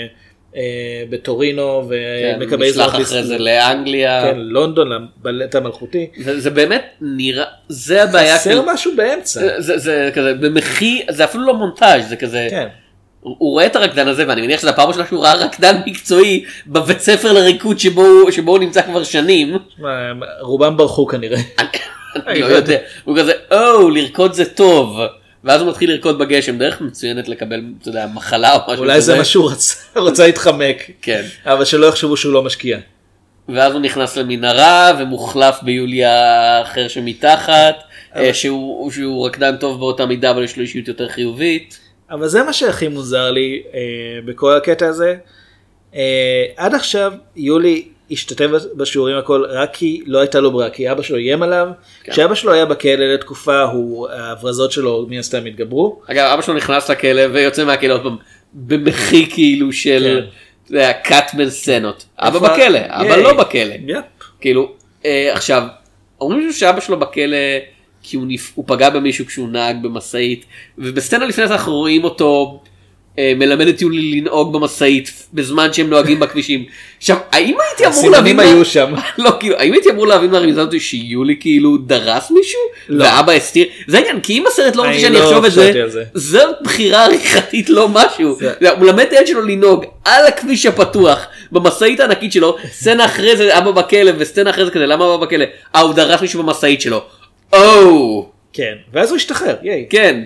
Speaker 3: בטורינו ומקבל
Speaker 2: נשלח אחרי זה לאנגליה,
Speaker 3: כן, לונדון, לבלט המלכותי.
Speaker 2: זה, זה באמת נראה, זה הבעיה,
Speaker 3: חסר משהו באמצע.
Speaker 2: זה, זה, זה כזה במחי, זה אפילו לא מונטאז', זה כזה,
Speaker 3: כן.
Speaker 2: הוא, הוא רואה את הרקדן הזה ואני מניח שזה הפעם ראשונה שהוא ראה רקדן מקצועי בבית ספר לריקוד שבו, הוא- שבו הוא נמצא כבר שנים,
Speaker 3: מה, רובם ברחו כנראה.
Speaker 2: אני לא יודע, הוא כזה, או, לרקוד זה טוב, ואז הוא מתחיל לרקוד בגשם, דרך מצוינת לקבל, אתה יודע, מחלה או משהו כזה.
Speaker 3: אולי זה מה שהוא רצה, רוצה להתחמק.
Speaker 2: כן.
Speaker 3: אבל שלא יחשבו שהוא לא משקיע.
Speaker 2: ואז הוא נכנס למנהרה ומוחלף ביוליה אחר שמתחת, אה, שהוא, שהוא רקדן טוב באותה מידה אבל יש לו אישיות יותר חיובית.
Speaker 3: אבל זה מה שהכי מוזר לי אה, בכל הקטע הזה. אה, עד עכשיו יולי השתתף בשיעורים הכל רק כי לא הייתה לו ברירה, כי אבא שלו איים עליו.
Speaker 2: כן.
Speaker 3: כשאבא שלו היה בכלא לתקופה, הוא, ההברזות שלו מן הסתם התגברו.
Speaker 2: אגב, אבא שלו נכנס לכלא ויוצא מהכלא עוד פעם במחי כאילו של,
Speaker 3: כן.
Speaker 2: אתה יודע, קאטמן סצנות. אבא
Speaker 3: איפה-
Speaker 2: בכלא, אבא
Speaker 3: ייי.
Speaker 2: לא בכלא.
Speaker 3: יפ.
Speaker 2: כאילו, אה, עכשיו, אומרים שאבא שלו בכלא כי הוא, נפ... הוא פגע במישהו כשהוא נהג במשאית, ובסצנה לפני זה אנחנו רואים אותו אה, מלמד את יולי לנהוג במשאית בזמן שהם נוהגים בכבישים. עכשיו, האם הייתי אמור להבין...
Speaker 3: הסימנים היו שם.
Speaker 2: לא, כאילו, האם הייתי אמור להבין מהרמיזה הזאת שיולי כאילו דרס מישהו?
Speaker 3: לא.
Speaker 2: ואבא הסתיר? זה העניין, כי אם הסרט לא רוצה
Speaker 3: אני
Speaker 2: שאני
Speaker 3: לא
Speaker 2: אחשוב את
Speaker 3: חשבתי
Speaker 2: זה,
Speaker 3: על זה.
Speaker 2: זו בחירה עריכתית לא משהו.
Speaker 3: זה-
Speaker 2: הוא מלמד את הילד שלו לנהוג על הכביש הפתוח במשאית הענקית שלו, סצנה אחרי זה אבא בכלא וסצנה אחרי זה כזה, למה אבא בכלא? אה, הוא דרס מישהו במשאית שלו. או,
Speaker 3: כן, ואז הוא השתחרר, ייי.
Speaker 2: כן,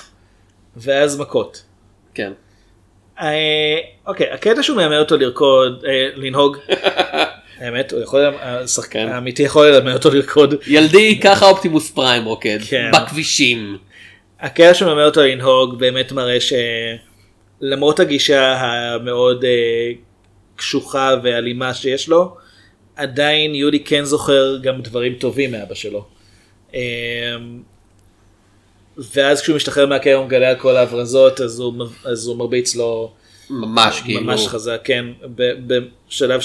Speaker 3: ואז מכות.
Speaker 2: כן.
Speaker 3: אה, אוקיי, הקטע שהוא מאמן אותו לרקוד, אה, לנהוג, האמת, הוא יכול, השחקן
Speaker 2: כן.
Speaker 3: האמיתי יכול ללמד אותו לרקוד.
Speaker 2: ילדי, ככה אופטימוס פריים רוקד,
Speaker 3: כן.
Speaker 2: בכבישים.
Speaker 3: הקטע שהוא מאמן אותו לנהוג באמת מראה שלמרות הגישה המאוד אה, קשוחה ואלימה שיש לו, עדיין יולי כן זוכר גם דברים טובים מאבא שלו. אה, ואז כשהוא משתחרר מהכלא הוא מגלה על כל ההברזות, אז הוא, אז הוא מרביץ לו
Speaker 2: ממש כאילו.
Speaker 3: ממש חזק, כן, ב- בשלב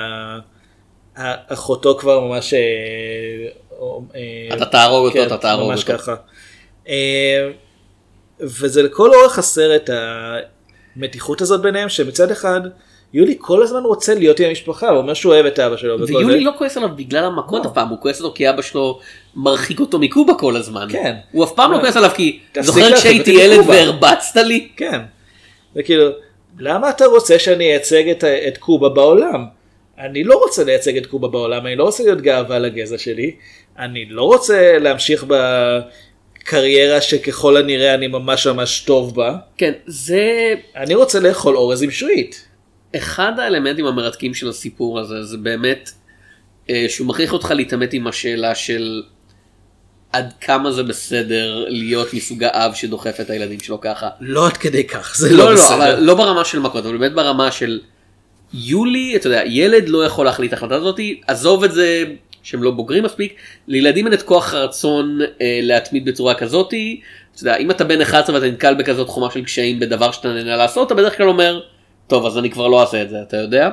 Speaker 3: שהאחותו כבר ממש, אה, אה,
Speaker 2: אתה תהרוג אותו,
Speaker 3: כן,
Speaker 2: אתה תהרוג
Speaker 3: ממש
Speaker 2: אותו.
Speaker 3: ככה. אה, וזה לכל אורך הסרט המתיחות הזאת ביניהם, שמצד אחד יולי כל הזמן רוצה להיות עם המשפחה, הוא אומר שהוא אוהב את אבא שלו.
Speaker 2: ויולי לא כועס עליו בגלל המכות אף פעם, הוא כועס עליו כי אבא שלו מרחיק אותו מקובה כל הזמן.
Speaker 3: כן.
Speaker 2: הוא אף פעם לא כועס עליו כי
Speaker 3: תפסיק
Speaker 2: זוכר
Speaker 3: להרחיק
Speaker 2: כשהייתי
Speaker 3: אותי
Speaker 2: ילד
Speaker 3: מקובה.
Speaker 2: והרבצת לי?
Speaker 3: כן. וכאילו, למה אתה רוצה שאני אייצג את, את קובה בעולם? אני לא רוצה לייצג את קובה בעולם, אני לא רוצה להיות גאווה לגזע שלי, אני לא רוצה להמשיך בקריירה שככל הנראה אני ממש ממש טוב בה.
Speaker 2: כן, זה...
Speaker 3: אני רוצה לאכול אורז עם שועית.
Speaker 2: אחד האלמנטים המרתקים של הסיפור הזה, זה באמת אה, שהוא מכריח אותך להתעמת עם השאלה של עד כמה זה בסדר להיות מסוג האב שדוחף את הילדים שלו ככה.
Speaker 3: לא עד כדי כך, זה
Speaker 2: לא,
Speaker 3: לא,
Speaker 2: לא,
Speaker 3: בסדר.
Speaker 2: אבל לא ברמה של מכות, אבל באמת ברמה של יולי, אתה יודע, ילד לא יכול להחליט החלטה הזאת, עזוב את זה שהם לא בוגרים מספיק, לילדים אין את כוח הרצון אה, להתמיד בצורה כזאת, אתה יודע, אם אתה בן אחת עשרה ואתה נתקל בכזאת חומה של קשיים בדבר שאתה נהנה לעשות, אתה בדרך כלל אומר, טוב, אז אני כבר לא אעשה את זה, אתה יודע?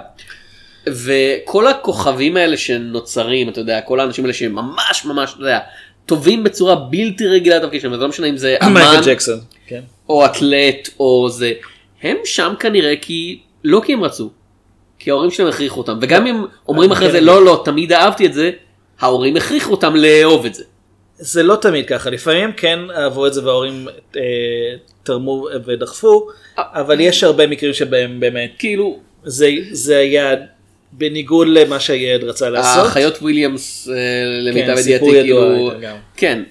Speaker 2: וכל הכוכבים האלה שנוצרים, אתה יודע, כל האנשים האלה שממש ממש, אתה יודע, טובים בצורה בלתי רגילה לתפקיד שלהם, זה לא משנה אם זה אמן,
Speaker 3: מייקל ג'קסון, כן.
Speaker 2: או אתלט, או זה, הם שם כנראה כי, לא כי הם רצו, כי ההורים שלהם הכריחו אותם, וגם אם אומרים אחרי זה, לא, לא, תמיד אהבתי את זה, ההורים הכריחו אותם לאהוב את זה.
Speaker 3: זה לא תמיד ככה, לפעמים כן אהבו את זה וההורים אה, תרמו ודחפו, אבל יש הרבה מקרים שבהם באמת,
Speaker 2: כאילו,
Speaker 3: זה, זה היה בניגוד למה שהילד רצה לעשות.
Speaker 2: האחיות וויליאמס, אה, למיטב
Speaker 3: סיפור
Speaker 2: ידיעתי,
Speaker 3: ידוע
Speaker 2: כאילו,
Speaker 3: איתם גם.
Speaker 2: כן,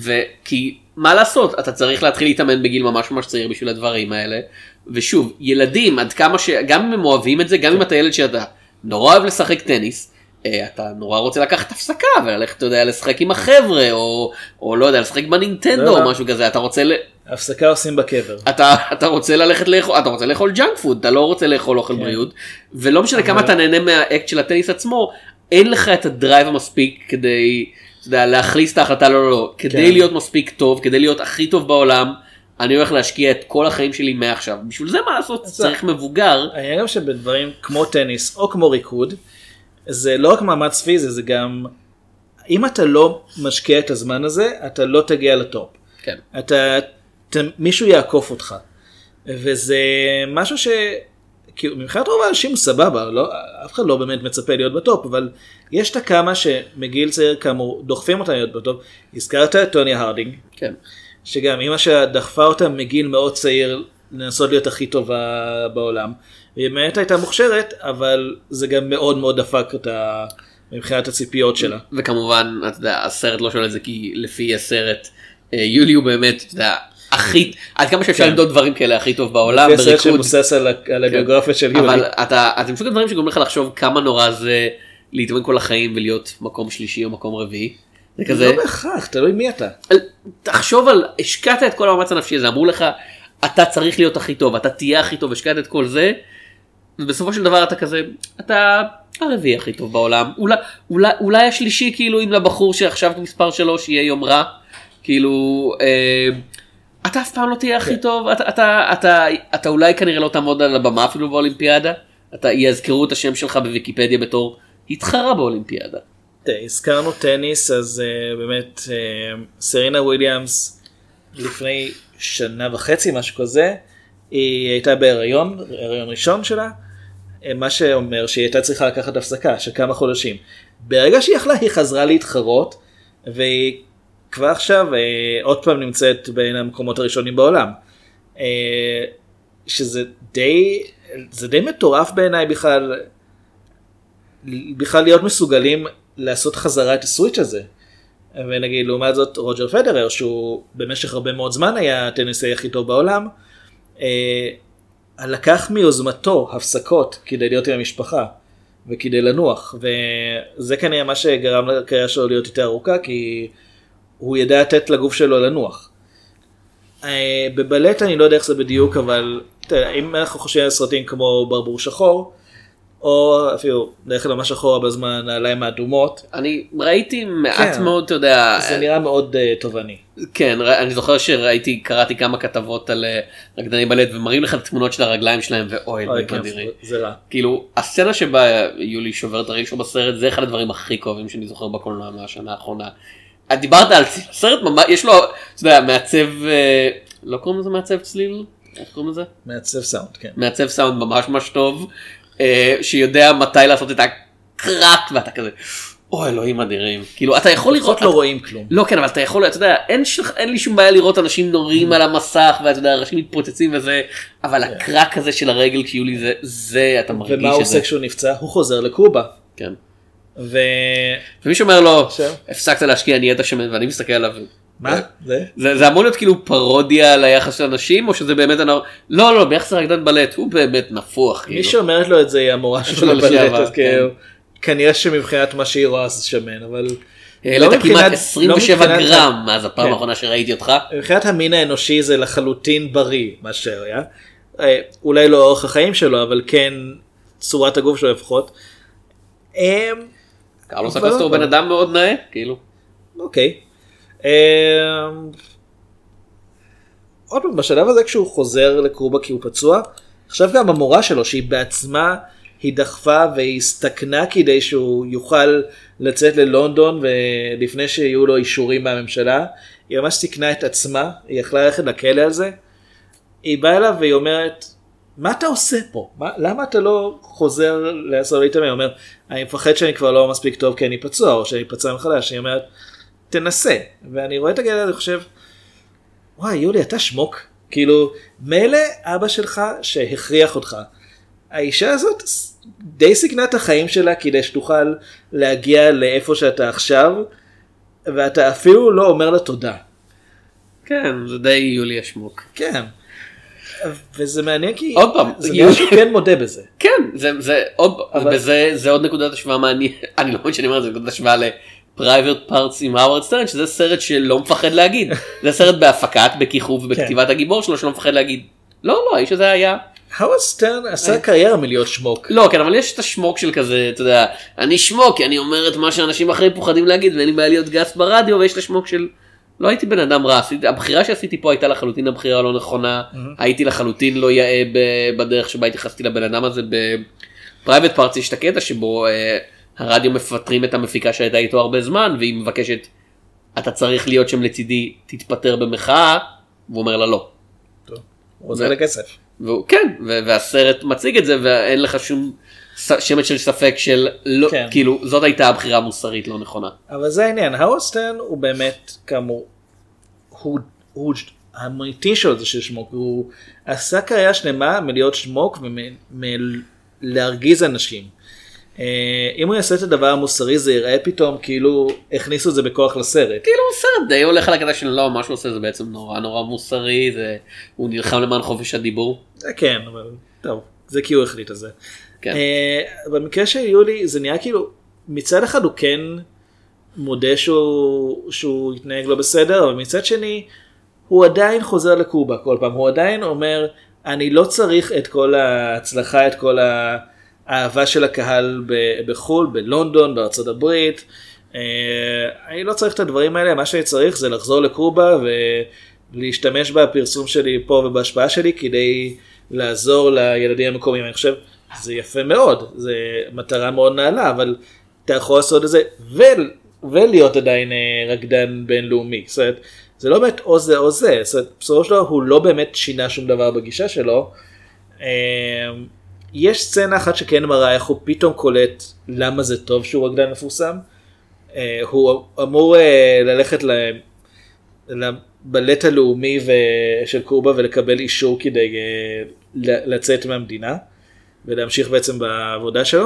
Speaker 2: וכי מה לעשות, אתה צריך להתחיל להתאמן בגיל ממש ממש צעיר בשביל הדברים האלה, ושוב, ילדים, עד כמה ש... גם אם הם אוהבים את זה, גם אם אתה ילד שאתה נורא אוהב לשחק טניס, אתה נורא רוצה לקחת הפסקה וללכת, אתה יודע, לשחק עם החבר'ה, או, או לא יודע, לשחק בנינטנדו או משהו כזה, אתה רוצה ל...
Speaker 3: הפסקה עושים בקבר.
Speaker 2: אתה, אתה רוצה ללכת לאכול, אתה רוצה לאכול ג'אנק פוד, אתה לא רוצה לאכול אוכל בריאות, ולא משנה כמה אתה נהנה מהאקט של הטניס עצמו, אין לך את הדרייב המספיק כדי, אתה יודע, להחליס את ההחלטה, לא, לא, לא, כדי להיות מספיק טוב, כדי להיות הכי טוב בעולם, אני הולך להשקיע את כל החיים שלי מעכשיו. בשביל זה מה לעשות? צריך מבוגר.
Speaker 3: אני גם שבדברים כמו טניס או כמו ריקוד, זה לא רק מאמץ פיזי, זה גם, אם אתה לא משקיע את הזמן הזה, אתה לא תגיע לטופ.
Speaker 2: כן.
Speaker 3: אתה, אתה מישהו יעקוף אותך. וזה משהו ש... כאילו, מבחינת רוב האנשים סבבה, לא, אף אחד לא באמת מצפה להיות בטופ, אבל יש את הכמה שמגיל צעיר כאמור דוחפים אותם להיות בטופ. הזכרת את טוני הרדינג.
Speaker 2: כן.
Speaker 3: שגם אמא שדחפה אותם מגיל מאוד צעיר לנסות להיות הכי טובה בעולם. היא באמת הייתה מוכשרת, אבל זה גם מאוד מאוד דפק אותה מבחינת הציפיות שלה.
Speaker 2: וכמובן, אתה יודע, הסרט לא שואל את זה כי לפי הסרט, יולי הוא באמת, אתה יודע, הכי, עד כמה שאפשר למדוד דברים כאלה הכי טוב בעולם,
Speaker 3: בריקוד. זה סרט שמבוסס על הביוגרפיה של יולי.
Speaker 2: אבל אתה, זה מסוג הדברים שגורם לך לחשוב כמה נורא זה להתאמן כל החיים ולהיות מקום שלישי או מקום רביעי. זה כזה...
Speaker 3: לא בהכרח, תלוי מי אתה.
Speaker 2: תחשוב על, השקעת את כל המאמץ הנפשי הזה, אמרו לך, אתה צריך להיות הכי טוב, אתה תהיה הכי טוב, השקעת את כל זה, ובסופו של דבר אתה כזה, אתה הרביעי הכי טוב בעולם, אולי, אולי, אולי השלישי, כאילו, אם לבחור שעכשיו מספר שלוש יהיה יום רע, כאילו, אה, אתה אף פעם לא תהיה הכי טוב, אתה, אתה, אתה, אתה אולי כנראה לא תעמוד על הבמה אפילו באולימפיאדה, אתה יזכרו את השם שלך בוויקיפדיה בתור התחרה באולימפיאדה.
Speaker 3: הזכרנו טניס, אז uh, באמת uh, סרינה וויליאמס לפני שנה וחצי משהו כזה, היא הייתה בהיריון, הריון ראשון שלה, מה שאומר שהיא הייתה צריכה לקחת הפסקה של כמה חודשים. ברגע שהיא יכלה היא חזרה להתחרות, והיא כבר עכשיו uh, עוד פעם נמצאת בין המקומות הראשונים בעולם. Uh, שזה די, זה די מטורף בעיניי בכלל, בכלל להיות מסוגלים לעשות חזרה את הסוויץ' הזה. ונגיד לעומת זאת רוג'ר פדרר שהוא במשך הרבה מאוד זמן היה הטניסאי הכי טוב בעולם, אה, לקח מיוזמתו הפסקות כדי להיות עם המשפחה וכדי לנוח, וזה כנראה מה שגרם לקריירה שלו להיות יותר ארוכה, כי הוא ידע לתת לגוף שלו לנוח. אה, בבלט אני לא יודע איך זה בדיוק, אבל תראה, אם אנחנו חושבים על סרטים כמו ברבור שחור, או אפילו דרך כלל ממש אחורה בזמן העליים האדומות.
Speaker 2: אני ראיתי מעט מאוד, אתה יודע...
Speaker 3: זה נראה מאוד תובעני.
Speaker 2: כן, אני זוכר שראיתי, קראתי כמה כתבות על רקדני בלט, ומראים לך את התמונות של הרגליים שלהם, ואוי,
Speaker 3: זה רע.
Speaker 2: כאילו, הסצנה שבה יולי שובר את הרגל שלו בסרט, זה אחד הדברים הכי כואבים שאני זוכר בקולנוע מהשנה האחרונה. דיברת על סרט, יש לו, אתה יודע, מעצב, לא קוראים לזה מעצב צליל? איך קוראים לזה?
Speaker 3: מעצב סאונד, כן.
Speaker 2: מעצב סאונד ממש ממש טוב. אה, שיודע מתי לעשות את הקרק, ואתה כזה, אוי אלוהים אדירים, כאילו אתה יכול לראות,
Speaker 3: לפחות לא רואים כלום.
Speaker 2: לא כן, אבל אתה יכול, אתה יודע, אין, שלך, אין לי שום בעיה לראות אנשים נורים על המסך, ואתה יודע, אנשים מתפוצצים וזה, אבל הקרק הזה של הרגל כשיולי זה, זה, אתה מרגיש את זה.
Speaker 3: ומה הוא עושה כשהוא נפצע? הוא חוזר לקובה.
Speaker 2: כן.
Speaker 3: ו...
Speaker 2: ומישהו אומר לו,
Speaker 3: עכשיו?
Speaker 2: הפסקת להשקיע, נהיית שמן, ואני מסתכל עליו.
Speaker 3: מה? זה?
Speaker 2: זה, זה אמור להיות כאילו פרודיה על היחס של אנשים, או שזה באמת, הנור... לא, לא, ביחס לרקדן בלט, הוא באמת נפוח.
Speaker 3: מי
Speaker 2: כאילו.
Speaker 3: שאומרת לו את זה היא המורה שלו
Speaker 2: שלו
Speaker 3: לבלט,
Speaker 2: לשעבר,
Speaker 3: אז כאילו, כנראה שמבחינת מה שהיא רואה זה שמן, אבל...
Speaker 2: העלית כמעט
Speaker 3: מבחינת-
Speaker 2: עשרים
Speaker 3: לא
Speaker 2: ושבע
Speaker 3: מבחינת-
Speaker 2: גרם מאז הפעם
Speaker 3: כן.
Speaker 2: האחרונה שראיתי אותך.
Speaker 3: מבחינת המין האנושי זה לחלוטין בריא, מה שהיה. אה, אולי לא אורח החיים שלו, אבל כן צורת הגוף שלו לפחות. אה,
Speaker 2: קרלוס
Speaker 3: אבל-
Speaker 2: אקוסטה הוא בן אדם מאוד נאה, כאילו.
Speaker 3: אוקיי. אה, עוד פעם, בשלב הזה כשהוא חוזר לקובה כי הוא פצוע, עכשיו גם המורה שלו שהיא בעצמה היא דחפה והיא הסתכנה כדי שהוא יוכל לצאת ללונדון ולפני שיהיו לו אישורים מהממשלה, היא ממש סיכנה את עצמה, היא יכלה ללכת לכלא על זה, היא באה אליו והיא אומרת, מה אתה עושה פה? מה, למה אתה לא חוזר לעשות להתאמן? היא אומרת, אני מפחד שאני כבר לא מספיק טוב כי אני פצוע או שאני פצוע מחדש, היא אומרת, תנסה, ואני רואה את הגלע הזה וחושב, וואי יולי אתה שמוק, כאילו מילא אבא שלך שהכריח אותך, האישה הזאת די סיכנה את החיים שלה כדי שתוכל להגיע לאיפה שאתה עכשיו, ואתה אפילו לא אומר לה תודה.
Speaker 2: כן, זה די יולי השמוק.
Speaker 3: כן. וזה מעניין כי
Speaker 2: עוד פעם,
Speaker 3: זה
Speaker 2: יולי-
Speaker 3: משהו כן מודה בזה.
Speaker 2: כן, זה, זה עוד,
Speaker 3: אבל-
Speaker 2: וזה, זה עוד נקודת השוואה מעניין, אני לא מבין שאני אומר את זה, נקודת השוואה לפרייבט פארטס עם האוורד סטרן, שזה סרט שלא מפחד להגיד, זה סרט בהפקת, בכיכוב ובכתיבת הגיבור שלו, שלא מפחד להגיד, לא, לא, האיש הזה היה,
Speaker 3: האוורד סטרן עשה קריירה מלהיות שמוק.
Speaker 2: לא, כן, אבל יש את השמוק של כזה, אתה יודע, אני שמוק, כי אני אומר את מה שאנשים אחרים פוחדים להגיד, ואין לי בעיה להיות גס ברדיו, ויש את השמוק של, לא הייתי בן אדם רע, עשיתי- הבחירה שעשיתי פה הייתה לחלוטין הבחירה לא נכונה, הייתי לחלוטין לא יאה ב- בדרך שבה התייחסתי לבן אדם הזה, בפרייבט פארטס יש את הקטע שבו אה, הרדיו מפטרים את המפיקה שהייתה איתו הרבה זמן, והיא מבקשת, אתה צריך להיות שם לצידי, תתפטר במחאה, והוא אומר לה לא.
Speaker 3: הוא עוזר לכסף.
Speaker 2: והוא, כן, ו- והסרט מציג את זה, ואין לך שום ס- שמץ של ספק של, לא,
Speaker 3: כן.
Speaker 2: כאילו, זאת הייתה הבחירה המוסרית לא נכונה.
Speaker 3: אבל זה העניין, האוורד סטרן הוא באמת כאמור, הוא, הוא האמיתי שלו זה של שמוק, הוא עשה קריירה שלמה מלהיות שמוק ומלהרגיז אנשים. אה, אם הוא יעשה את הדבר המוסרי זה יראה פתאום כאילו הכניסו את זה בכוח לסרט.
Speaker 2: כאילו סרט די הולך על הקטע של לא, מה שהוא עושה זה בעצם נורא נורא מוסרי, זה, הוא נלחם למען חופש הדיבור.
Speaker 3: זה כן, אבל טוב, זה כי הוא החליט על זה.
Speaker 2: כן.
Speaker 3: אה, במקרה של יולי זה נראה כאילו מצד אחד הוא כן מודה שהוא, שהוא התנהג לא בסדר, אבל מצד שני הוא עדיין חוזר לקובה כל פעם, הוא עדיין אומר אני לא צריך את כל ההצלחה, את כל האהבה של הקהל ב- בחול, בלונדון, בארצות הברית, אה, אני לא צריך את הדברים האלה, מה שאני צריך זה לחזור לקובה ולהשתמש בפרסום שלי פה ובהשפעה שלי כדי לעזור לילדים המקומיים. אני חושב זה יפה מאוד, זה מטרה מאוד נעלה, אבל אתה יכול לעשות את זה ו... ולהיות עדיין אה, רקדן בינלאומי. זאת אומרת, זה לא באמת או זה או זה, זאת אומרת, בסופו של דבר הוא לא באמת שינה שום דבר בגישה שלו. אה, יש סצנה אחת שכן מראה איך הוא פתאום קולט למה זה טוב שהוא רקדן מפורסם. אה, הוא אמור אה, ללכת ל... לבלט הלאומי ו... של קובה ולקבל אישור כדי אה, לצאת מהמדינה ולהמשיך בעצם בעבודה שלו.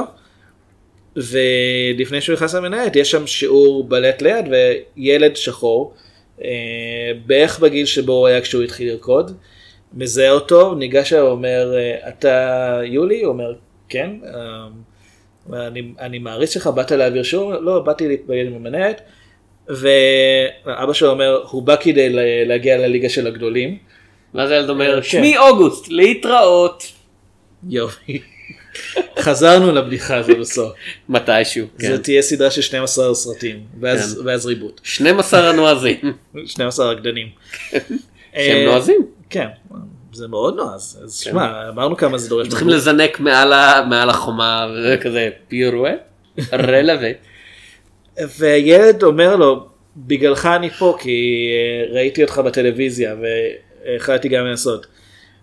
Speaker 3: ולפני שהוא נכנס למנהלת יש שם שיעור בלט ליד וילד שחור אה, בערך בגיל שבו הוא היה כשהוא התחיל לרקוד, מזהה אותו, ניגש אליו ואומר אתה יולי? הוא אומר כן, אה, אני, אני מעריץ שלך, באת להעביר שיעור? לא, באתי להתבגד עם המנהלת. ואבא שלו אומר הוא בא כדי להגיע לליגה של הגדולים.
Speaker 2: מה זה ילד אומר?
Speaker 3: כן.
Speaker 2: שמי אוגוסט, להתראות.
Speaker 3: יופי. חזרנו לבדיחה הזו בסוף.
Speaker 2: מתישהו, כן.
Speaker 3: זה תהיה סדרה של שנים עשר סרטים, ואז,
Speaker 2: כן.
Speaker 3: ואז ריבוט.
Speaker 2: שנים עשר הנועזים.
Speaker 3: שנים עשר רקדנים.
Speaker 2: שהם נועזים.
Speaker 3: כן, זה מאוד נועז. אז שמע, אמרנו כמה זה דורש.
Speaker 2: צריכים לזנק מעל ה- מעל החומה, וכזה פיורווה, רלווה.
Speaker 3: וילד אומר לו, בגללך אני פה, כי ראיתי אותך בטלוויזיה, והחלטתי גם לעשות.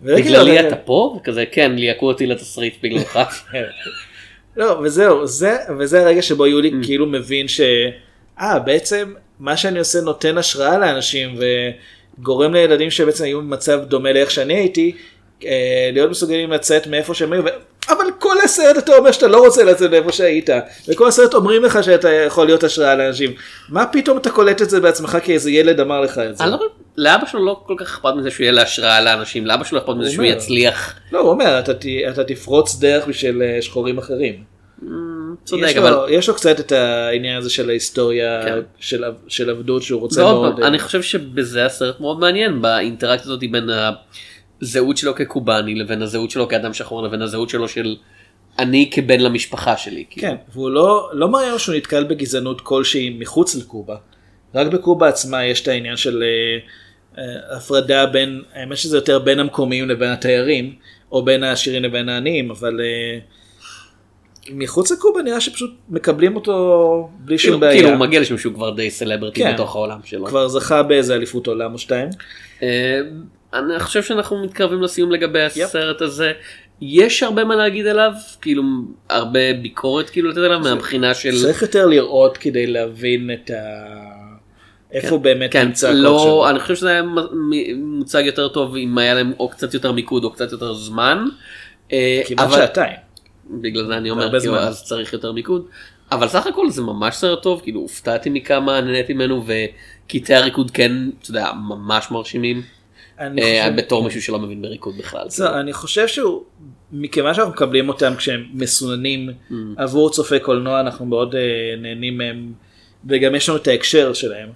Speaker 2: בגללי אתה פה? וכזה, כן, ליעקו אותי לתסריט בגללך.
Speaker 3: לא, וזהו, זה, וזה הרגע שבו יולי כאילו מבין ש... אה, בעצם מה שאני עושה נותן השראה לאנשים וגורם לילדים שבעצם היו במצב דומה לאיך שאני הייתי, אה, להיות מסוגלים לצאת מאיפה שהם היו, ו... אבל כל הסרט אתה אומר שאתה לא רוצה לצאת מאיפה שהיית, וכל הסרט אומרים לך שאתה יכול להיות השראה לאנשים. מה פתאום אתה קולט את זה בעצמך כי איזה ילד אמר לך את זה?
Speaker 2: אני לא חושב, לאבא שלו לא כל כך אכפת מזה שהוא יהיה להשראה לאנשים, לאבא שלו אכפת מזה שהוא יצליח.
Speaker 3: לא, הוא אומר, אתה, אתה תפרוץ דרך בשביל שחורים אחרים.
Speaker 2: צודק,
Speaker 3: יש,
Speaker 2: אבל...
Speaker 3: לו, יש לו קצת את העניין הזה של ההיסטוריה כן. של, של עבדות שהוא רוצה מאוד...
Speaker 2: אני חושב שבזה הסרט מאוד מעניין, באינטראקציה הזאת בין הזהות שלו כקובאני לבין הזהות שלו כאדם שחור לבין הזהות שלו של אני כבן למשפחה שלי.
Speaker 3: כן, כאילו. והוא לא, לא מראה שהוא נתקל בגזענות כלשהי מחוץ לקובה. רק בקובה עצמה יש את העניין של uh, uh, הפרדה בין, האמת שזה יותר בין המקומיים לבין התיירים, או בין העשירים לבין העניים, אבל... Uh, מחוץ לקובה נראה שפשוט מקבלים אותו בלי שום בעיה.
Speaker 2: כאילו הוא מגיע לשם שהוא כבר די סלברטי בתוך העולם שלו.
Speaker 3: כבר זכה באיזה אליפות עולם או שתיים.
Speaker 2: אני חושב שאנחנו מתקרבים לסיום לגבי הסרט הזה. יש הרבה מה להגיד עליו, כאילו הרבה ביקורת כאילו לתת עליו מהבחינה של...
Speaker 3: צריך יותר לראות כדי להבין את ה... איפה באמת נמצא הכל שלו.
Speaker 2: אני חושב שזה היה מוצג יותר טוב אם היה להם או קצת יותר מיקוד או קצת יותר זמן.
Speaker 3: כמעט שעתיים.
Speaker 2: בגלל זה אני אומר, כאילו, אז צריך יותר מיקוד, אבל סך הכל זה ממש סרט טוב, כאילו הופתעתי מכמה, נהניתי ממנו, וקטעי הריקוד כן, אתה יודע, ממש מרשימים, בתור מישהו שלא מבין בריקוד בכלל.
Speaker 3: אני חושב שהוא, מכיוון שאנחנו מקבלים אותם כשהם מסוננים עבור צופי קולנוע, אנחנו מאוד נהנים מהם, וגם יש לנו את ההקשר שלהם.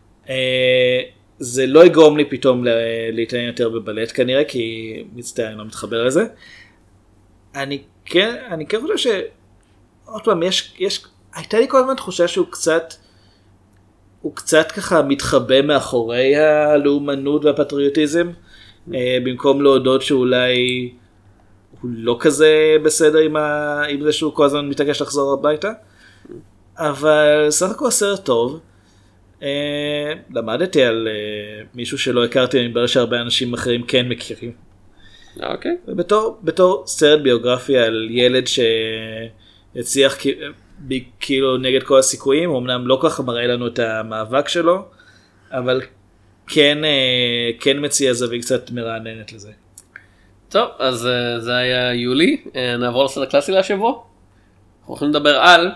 Speaker 3: זה לא יגרום לי פתאום להתעניין יותר בבלט כנראה, כי מצטער, אני לא מתחבר לזה. אני כן, אני כן חושב ש... עוד פעם, יש, יש... הייתה לי כל הזמן תחושה שהוא קצת... הוא קצת ככה מתחבא מאחורי הלאומנות והפטריוטיזם, במקום להודות שאולי הוא לא כזה בסדר עם, ה... עם זה שהוא כל הזמן מתעקש לחזור הביתה. אבל סך הכל סרט טוב. למדתי על מישהו שלא הכרתי, אני מדבר שהרבה אנשים אחרים כן מכירים.
Speaker 2: אוקיי.
Speaker 3: בתור, בתור סרט ביוגרפיה על ילד שהצליח כאילו נגד כל הסיכויים, הוא אמנם לא ככה מראה לנו את המאבק שלו, אבל כן, כן מציע זווית קצת מרעננת לזה.
Speaker 2: טוב, אז זה היה יולי, נעבור לסרט הקלאסי להשבוע. אנחנו הולכים לדבר על...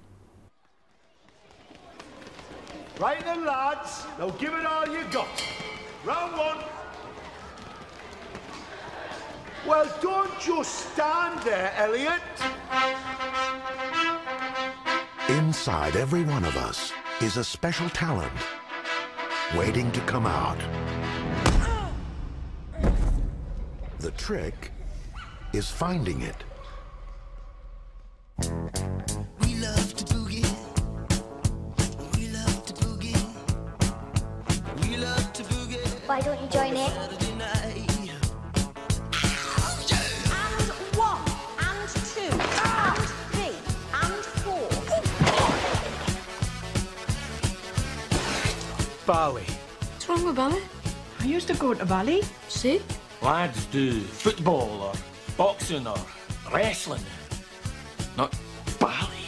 Speaker 1: Right then lads, now give it all you got. Round one. Well, don't just stand there, Elliot.
Speaker 7: Inside every one of us is a special talent waiting to come out. The trick is finding it.
Speaker 1: We love to boogie. We love to boogie. We love to boogie.
Speaker 6: Why don't you join it?
Speaker 9: Bali.
Speaker 10: What's wrong with Bali?
Speaker 9: I used to go to Bali.
Speaker 10: See?
Speaker 8: Lads do football or boxing or wrestling. Not Bali.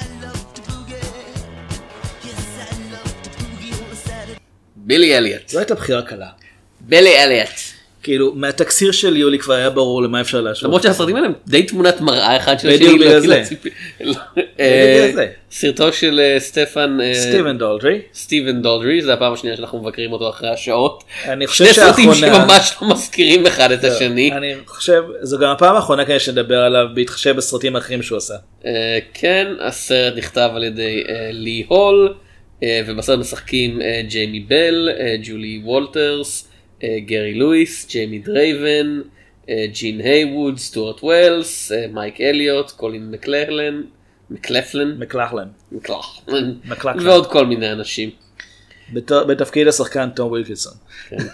Speaker 2: בילי אליוט.
Speaker 3: זו הייתה בחירה קלה.
Speaker 2: בילי אליוט.
Speaker 3: כאילו, מהתקסיר של יולי כבר היה ברור למה אפשר להשוות.
Speaker 2: למרות שהסרטים האלה די תמונת מראה אחד של
Speaker 3: השני. בדיוק בגלל זה. בגלל זה.
Speaker 2: סרטו של סטפן...
Speaker 3: סטיבן דולדרי.
Speaker 2: סטיבן דולדרי, זה הפעם השנייה שאנחנו מבקרים אותו אחרי השעות.
Speaker 3: אני חושב
Speaker 2: שני
Speaker 3: שהאחרונה...
Speaker 2: סרטים שממש לא מזכירים אחד את השני.
Speaker 3: אני חושב, זו גם הפעם האחרונה כדי שנדבר עליו בהתחשב בסרטים האחרים שהוא עשה.
Speaker 2: כן, הסרט נכתב על ידי לי הול, ובסרט משחקים ג'יימי בל, ג'ולי וולטרס, גרי לואיס, ג'יימי דרייבן, ג'ין הייווד, סטוארט ווילס, מייק אליוט, קולין מקלרלן, מקלפלן,
Speaker 3: מקלחלן,
Speaker 2: מקלחלן, ועוד כל מיני אנשים.
Speaker 3: בתפקיד השחקן תום ווילקינסון.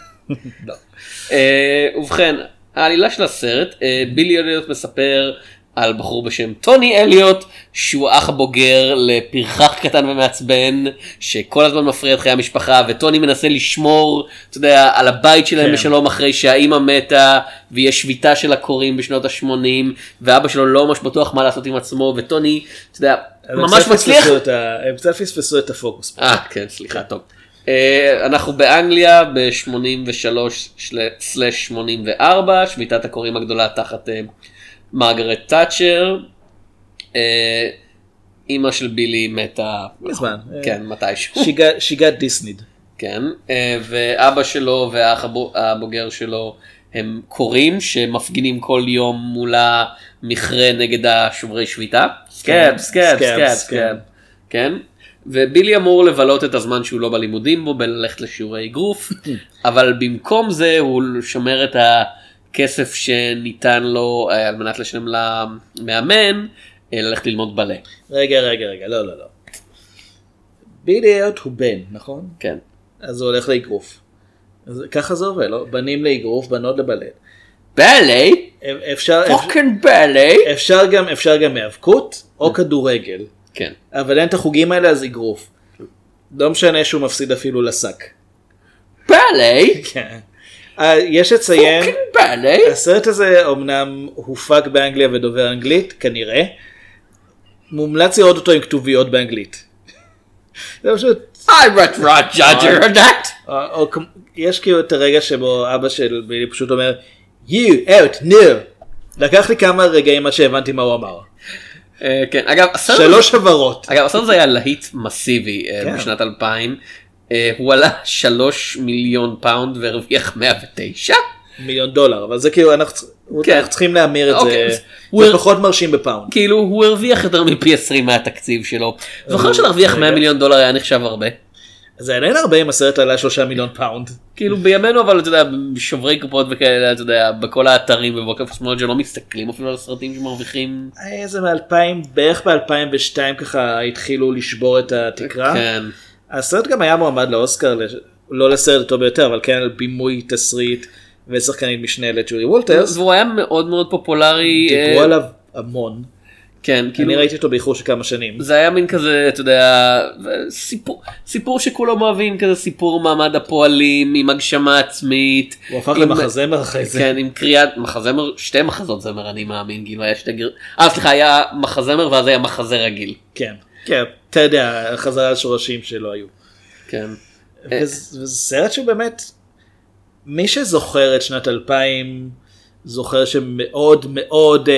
Speaker 2: ובכן, העלילה של הסרט, בילי אליוט מספר על בחור בשם טוני אליוט, שהוא אח בוגר לפרחח קטן ומעצבן, שכל הזמן מפריע את חיי המשפחה, וטוני מנסה לשמור, אתה יודע, על הבית שלהם
Speaker 3: כן.
Speaker 2: בשלום אחרי שהאימא מתה, ויש שביתה של הקוראים בשנות ה-שמונים, ואבא שלו לא ממש בטוח מה לעשות עם עצמו, וטוני, אתה יודע, ממש מצליח.
Speaker 3: הם קצת פספסו את הפוקוס.
Speaker 2: אה, כן, סליחה, טוב. אנחנו באנגליה ב-שמונים ושלוש שמונים וארבע, שביתת הקוראים הגדולה תחת מרגרט תאצ'ר. אמא של בילי מתה
Speaker 3: מזמן.
Speaker 2: כן, מתישהו.
Speaker 3: She got Disneyed.
Speaker 2: כן, ואבא שלו והאח הבוגר שלו הם קוראים שמפגינים כל יום מול המכרה נגד השוברי שביתה. סקאב, סקאב, סקאב, סקאב. כן. ובילי אמור לבלות את הזמן שהוא לא בלימודים בו, בללכת לשיעורי אגרוף, אבל במקום זה הוא שומר את הכסף שניתן לו על מנת לשלם למאמן, ללכת ללמוד בלה.
Speaker 3: רגע, רגע, רגע, לא, לא, לא. בילי אליוט הוא בן, נכון?
Speaker 2: כן.
Speaker 3: אז הוא הולך לאגרוף. אז ככה זה עובד, לא? בנים לאגרוף, בנות לבלט.
Speaker 2: בלה?
Speaker 3: אפשר...
Speaker 2: פוקן בלה?
Speaker 3: אפשר גם, אפשר גם מאבקות או כדורגל.
Speaker 2: כן.
Speaker 3: אבל אין את החוגים האלה, אז אגרוף. לא משנה שהוא מפסיד אפילו לשק.
Speaker 2: בלה?
Speaker 3: כן. יש לציין,
Speaker 2: פוקן בלה?
Speaker 3: הסרט הזה אמנם הופק באנגליה ודובר אנגלית, כנראה. מומלץ לראות אותו עם כתוביות באנגלית. זה פשוט...
Speaker 2: I read Roger on that.
Speaker 3: יש כאילו את הרגע שבו אבא של בילי פשוט אומר, You out, no. לקח לי כמה רגעים עד שהבנתי מה הוא אמר.
Speaker 2: כן, אגב,
Speaker 3: שלוש הברות.
Speaker 2: אגב, הסרט הזה היה להיט מסיבי בשנת אלפיים. הוא עלה שלוש מיליון פאונד והרוויח מאה ותשע
Speaker 3: מיליון דולר, אבל זה כאילו אנחנו צריכים להמיר את זה, זה פחות מרשים בפאונד.
Speaker 2: כאילו הוא הרוויח יותר מפי עשרים מהתקציב שלו. זוכר שלהרוויח מאה מיליון דולר היה נחשב הרבה?
Speaker 3: זה עדיין הרבה אם הסרט עלה שלושה מיליון פאונד.
Speaker 2: כאילו בימינו, אבל אתה יודע, שוברי קופות וכאלה, אתה יודע, בכל האתרים ובקופסמולוגיה לא מסתכלים אפילו על הסרטים שמרוויחים.
Speaker 3: זה מ-אלפיים, בערך ב-אלפיים ושתיים ככה התחילו לשבור את התקרה.
Speaker 2: כן.
Speaker 3: הסרט גם היה מועמד לאוסקר, לא לסרט הטוב ביותר, אבל כן על בימוי, תסריט ושחקנית משנה לג'ולי וולטרס.
Speaker 2: והוא היה מאוד מאוד פופולרי.
Speaker 3: דיברו עליו המון.
Speaker 2: כן,
Speaker 3: אני ראיתי אותו באיחור של כמה שנים.
Speaker 2: זה היה מין כזה, אתה יודע, סיפור, סיפור שכולם אוהבים, כזה סיפור מעמד הפועלים, עם הגשמה עצמית.
Speaker 3: הוא הפך למחזמר אחרי זה.
Speaker 2: כן, עם קריאת, מחזמר, שתי מחזות זמר, אני מאמין, כאילו, היה שתי גר... אה, סליחה, היה מחזמר ואז היה מחזה רגיל.
Speaker 3: כן, כן, אתה יודע, חזרה על שורשים שלא היו.
Speaker 2: כן.
Speaker 3: וזה סרט שהוא באמת, מי שזוכר את שנת אלפיים, זוכר שמאוד מאוד...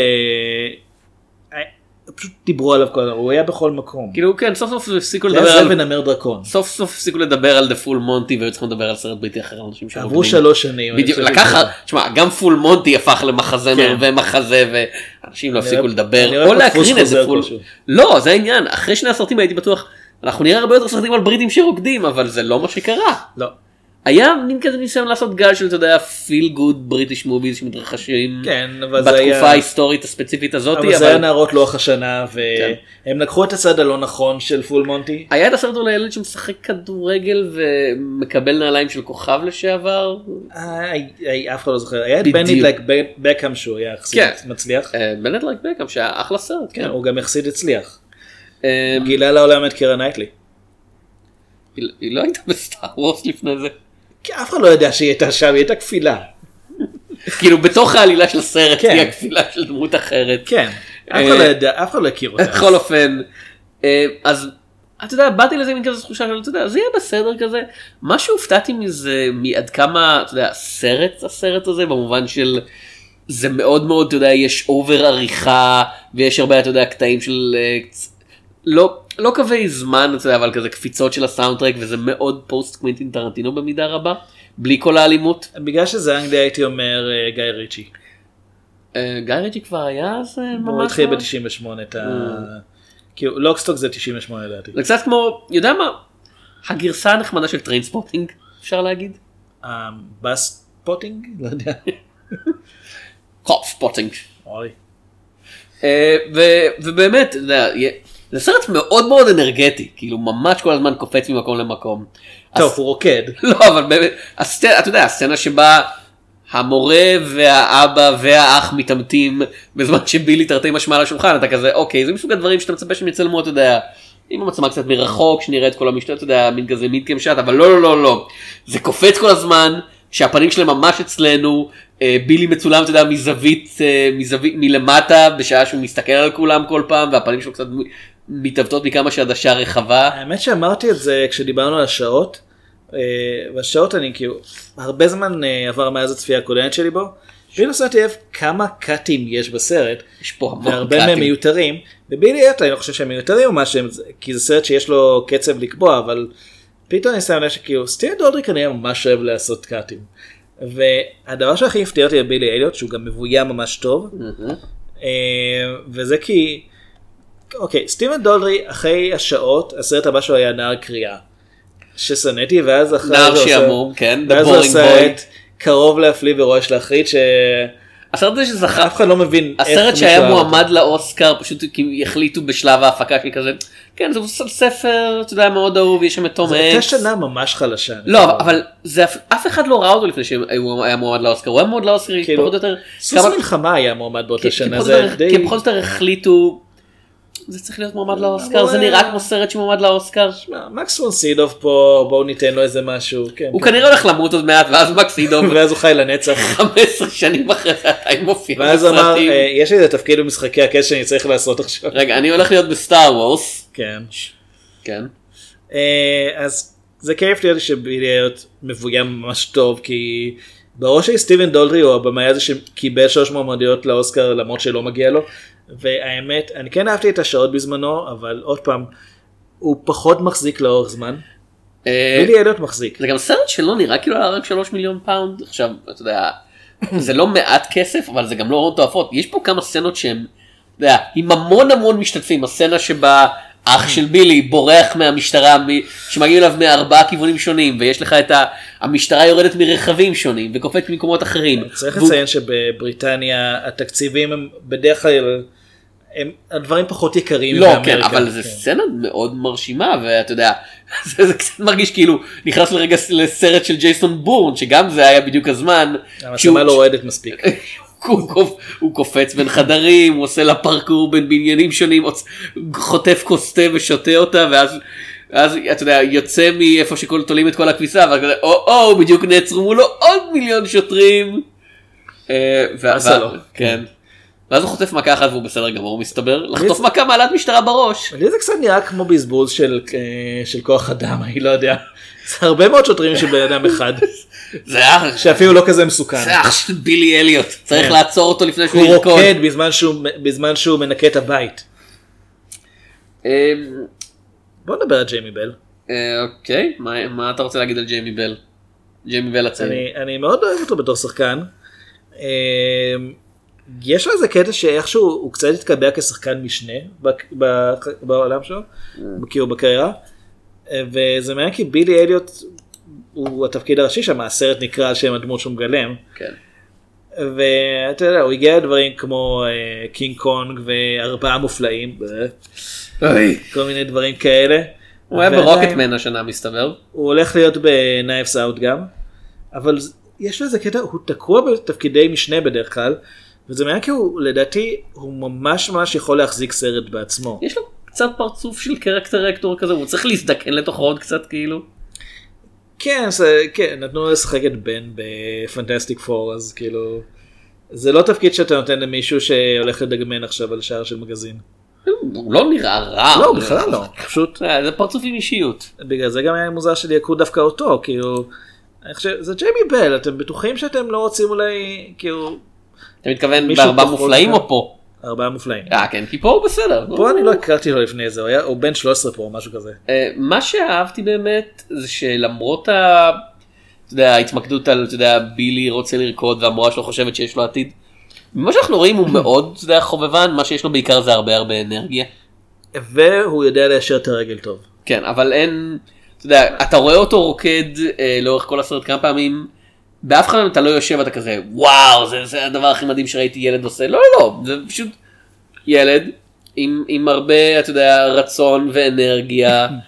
Speaker 3: פשוט דיברו עליו כל הזמן, הוא היה בכל מקום.
Speaker 2: כאילו כן, סוף סוף הפסיקו לדבר
Speaker 3: על...
Speaker 2: זה
Speaker 3: ונמר דרקון.
Speaker 2: סוף סוף הפסיקו לדבר על The Full Monty והיו צריכים לדבר על סרט בריטי אחר.
Speaker 3: עברו שלוש שנים.
Speaker 2: בדיוק, לקח, תשמע, גם Full Monty הפך למחזמר ומחזה ואנשים לא הפסיקו לדבר. או להקרין את זה פול... לא, זה העניין, אחרי שני הסרטים הייתי בטוח, אנחנו נראה הרבה יותר סרטים על בריטים שרוקדים, אבל זה לא מה שקרה.
Speaker 3: לא.
Speaker 2: היה מין כזה ניסיון לעשות גל של, אתה יודע, פיל גוד בריטיש מוביז שמתרחשים בתקופה ההיסטורית הספציפית הזאת.
Speaker 3: אבל זה היה נערות לוח השנה, והם לקחו את הצד הלא נכון של פול מונטי.
Speaker 2: היה את הסרט על הילד שמשחק כדורגל ומקבל נעליים של כוכב לשעבר.
Speaker 3: אף אחד לא זוכר. היה את בנט לייק בקאם שהוא היה יחסית מצליח.
Speaker 2: בנט לייק בקאם שהיה אחלה סרט.
Speaker 3: כן, הוא גם יחסית הצליח. גילה לעולם את קירה נייטלי.
Speaker 2: היא לא הייתה בסטאר וורס לפני זה.
Speaker 3: כי אף אחד לא יודע שהיא הייתה שם, היא הייתה כפילה.
Speaker 2: כאילו בתוך העלילה של הסרט היא הכפילה של דמות אחרת.
Speaker 3: כן, אף אחד לא יודע, אף אחד לא הכיר אותה.
Speaker 2: בכל אופן, אז אתה יודע, באתי לזה מין כזה תחושה של, אתה יודע, זה יהיה בסדר כזה. מה שהופתעתי מזה, מעד כמה, אתה יודע, סרט, הסרט הזה, במובן של, זה מאוד מאוד, אתה יודע, יש אובר עריכה, ויש הרבה, אתה יודע, קטעים של, לא... לא קווי זמן, אבל כזה קפיצות של הסאונדטרק, וזה מאוד פוסט קווינטין טרנטינו במידה רבה, בלי כל האלימות.
Speaker 3: בגלל שזה אנגליה הייתי אומר גיא ריצ'י.
Speaker 2: גיא ריצ'י כבר היה אז ממש?
Speaker 3: הוא התחיל ב-תשעים ושמונה, כאילו לוקסטוק זה תשעים ושמונה לדעתי.
Speaker 2: זה קצת כמו, יודע מה, הגרסה הנחמדה של טריינספוטינג, אפשר להגיד?
Speaker 3: בס פוטינג? לא יודע.
Speaker 2: קופ ספוטינג. ובאמת, זה סרט מאוד מאוד אנרגטי, כאילו ממש כל הזמן קופץ ממקום למקום.
Speaker 3: טוב, הוא רוקד.
Speaker 2: לא, אבל באמת, אתה יודע, הסצנה שבה המורה והאבא והאח מתעמתים בזמן שבילי תרתי משמע על השולחן, אתה כזה, אוקיי, זה מסוג הדברים שאתה מצפה שהם יצלמו, אתה יודע, עם המצלמה קצת מרחוק, שנראה את כל המשטר, אתה יודע, מין כזה מיד כמשט, אבל לא, לא, לא, לא. זה קופץ כל הזמן, שהפנים שלהם ממש אצלנו, בילי מצולם, אתה יודע, מזווית, מזווית, מלמטה, בשעה שהוא מסתכל על כולם כל פעם, והפנים שלו קצת מתעוותות מכמה שהעדשה רחבה.
Speaker 3: האמת שאמרתי את זה כשדיברנו על השעות, והשעות אני כאילו, הרבה זמן עבר מאז הצפייה הקודמת שלי בו, בילי שמתי לב כמה קאטים יש בסרט,
Speaker 2: יש פה המון
Speaker 3: והרבה
Speaker 2: קאטים.
Speaker 3: מהם מיותרים, ובילי אייליוט אני לא חושב שהם מיותרים או משהו, כי זה סרט שיש לו קצב לקבוע, אבל פתאום אני שם לב שכאילו, סטיבן דולדרי כנראה ממש אוהב לעשות קאטים. והדבר שהכי הפתיע אותי בבילי אייליוט, שהוא גם מבוים ממש טוב, וזה כי, אוקיי, סטיבן דולדרי אחרי השעות, הסרט הבא שלו היה נער קריאה, ששנאתי, ואז אחרי
Speaker 2: נער שעמום, כן,
Speaker 3: ואז הוא עשה את קרוב להפליא ורועש להחריד, ש...
Speaker 2: הסרט הזה שזכה,
Speaker 3: אף אחד לא מבין איך
Speaker 2: הסרט
Speaker 3: מישהו
Speaker 2: שהיה
Speaker 3: אהב
Speaker 2: מועמד
Speaker 3: אותו.
Speaker 2: לאוסקר, פשוט כי החליטו בשלב ההפקה שלי כזה, כן, זה ספר, אתה יודע, מאוד אהוב, יש שם את תום
Speaker 3: זו הייתה
Speaker 2: הנקס.
Speaker 3: שנה ממש חלשה.
Speaker 2: לא, אבל זה, אף אחד לא ראה אותו לפני שהוא היה מועמד לאוסקר, הוא היה מועמד לאוסקר,
Speaker 3: כאילו,
Speaker 2: פחות או יותר,
Speaker 3: סוס המלחמה היה מועמד באותה שנה,
Speaker 2: כי
Speaker 3: זה די...
Speaker 2: פחות או יותר החליטו, זה צריך להיות מועמד לאוסקר, זה נראה כמו סרט שמועמד לאוסקר.
Speaker 3: מקס פון סידוב פה, בואו ניתן לו איזה משהו.
Speaker 2: הוא כנראה הולך למות עוד מעט, ואז מקס סידוב,
Speaker 3: ואז הוא חי לנצח.
Speaker 2: חמש עשרה שנים אחרי זה עדיין מופיע
Speaker 3: ואז אמר,
Speaker 2: בסרטים.
Speaker 3: אה, יש לי איזה תפקיד במשחקי הכס שאני צריך לעשות עכשיו.
Speaker 2: רגע, אני הולך להיות בסטאר וורס.
Speaker 3: כן.
Speaker 2: כן.
Speaker 3: אה, אז זה כיף להיות שבילי אייליוט מבוים ממש טוב, כי בראש שלי סטיבן דולדרי הוא הבמאי הזה שקיבל שלוש מועמדויות לאוסקר למרות שלא מגיע לו, והאמת, אני כן אהבתי את השעות בזמנו, אבל עוד פעם, הוא פחות מחזיק לאורך זמן. בילי אייליוט מחזיק.
Speaker 2: זה גם סרט שלא נראה כאילו היה רק שלוש מיליון פאונד, עכשיו, אתה יודע, זה לא מעט כסף, אבל זה גם לא הון תועפות, יש פה כמה סצנות שהן, אתה יודע, עם המון המון משתתפים, הסצנה שבה אח של בילי בורח מהמשטרה, שמגיע אליו מארבעה כיוונים שונים, ויש לך את המשטרה יורדת מרכבים שונים, וקופאת ממקומות אחרים.
Speaker 3: צריך לציין שבבריטניה התקציבים הם בדרך כלל, הם הדברים פחות יקרים.
Speaker 2: לא, כן, אבל זה סצנה מאוד מרשימה, ואתה יודע, זה קצת מרגיש כאילו נכנס לרגע לסרט של ג'ייסון בורן, שגם זה היה בדיוק הזמן.
Speaker 3: המצלמה לא רועדת מספיק.
Speaker 2: הוא קופץ בין חדרים, הוא עושה לה פרקור בין בניינים שונים, חוטף כוס תה ושותה אותה, ואז אז אתה יודע, יוצא מאיפה שכל תולים את כל הכביסה, ואז כזה, או או, בדיוק נעצרו מולו עוד מיליון שוטרים.
Speaker 3: עשה לו.
Speaker 2: כן. ואז הוא חוטף מכה אחת והוא בסדר גמור, מסתבר, לחטוף מכה מעלת משטרה בראש.
Speaker 3: לי זה קצת נראה כמו בזבוז של כוח אדם, אני לא יודע. זה הרבה מאוד שוטרים של בן אדם אחד.
Speaker 2: זה אח
Speaker 3: שאפילו לא כזה מסוכן.
Speaker 2: זה אח של בילי אייליוט, צריך לעצור אותו לפני שהוא
Speaker 3: הוא
Speaker 2: ירקוד.
Speaker 3: רוקד בזמן שהוא מנקה את הבית. בוא נדבר על ג'יימי בל.
Speaker 2: אוקיי, מה אתה רוצה להגיד על ג'יימי בל? ג'יימי בל הצעיר.
Speaker 3: אני מאוד אוהב אותו בתור שחקן. יש לו איזה קטע שאיכשהו הוא קצת התקבע כשחקן משנה בעולם שלו, כאילו בקריירה, וזה מעניין כי בילי אייליוט הוא התפקיד הראשי שם, הסרט נקרא על שם הדמות שהוא מגלם, ואתה יודע, הוא הגיע לדברים כמו קינג קונג וארבעה מופלאים, כל מיני דברים כאלה.
Speaker 2: הוא היה ברוקטמן השנה מסתבר.
Speaker 3: הוא הולך להיות בנייפס אאוט גם, אבל יש לו איזה קטע, הוא תקוע בתפקידי משנה בדרך כלל, וזה מעניין כי הוא, לדעתי, הוא ממש ממש יכול להחזיק סרט בעצמו.
Speaker 2: יש לו קצת פרצוף של קרקטר אקטור כזה, הוא צריך להזדקן לתוכו עוד קצת כאילו.
Speaker 3: כן, זה, כן, נתנו לו לשחק את בן בפנטסטיק פור, אז כאילו, זה לא תפקיד שאתה נותן למישהו שהולך לדגמן עכשיו על שער של מגזין.
Speaker 2: הוא לא נראה רע.
Speaker 3: לא, בכלל לא, פשוט.
Speaker 2: זה פרצוף עם אישיות.
Speaker 3: בגלל זה גם היה מוזר של יקוד דווקא אותו, כאילו, אני חושב, זה ג'יימי בל, אתם בטוחים שאתם לא רוצים אולי, כאילו,
Speaker 2: אתה מתכוון בארבעה מופלאים או פה?
Speaker 3: ארבעה מופלאים.
Speaker 2: אה כן, כי פה הוא בסדר.
Speaker 3: פה אני לא הכרתי לו לפני זה, הוא בן שלוש עשרה פה או משהו כזה.
Speaker 2: מה שאהבתי באמת זה שלמרות ההתמקדות על, אתה יודע, בילי רוצה לרקוד והמורה שלו חושבת שיש לו עתיד, מה שאנחנו רואים הוא מאוד, אתה יודע, חובבן, מה שיש לו בעיקר זה הרבה הרבה אנרגיה.
Speaker 3: והוא יודע ליישר את הרגל טוב.
Speaker 2: כן, אבל אין, אתה יודע, אתה רואה אותו רוקד לאורך כל הסרט כמה פעמים, באף אחד אתה לא יושב אתה כזה וואו זה, זה הדבר הכי מדהים שראיתי ילד עושה, לא לא לא, זה פשוט ילד עם, עם הרבה אתה יודע רצון ואנרגיה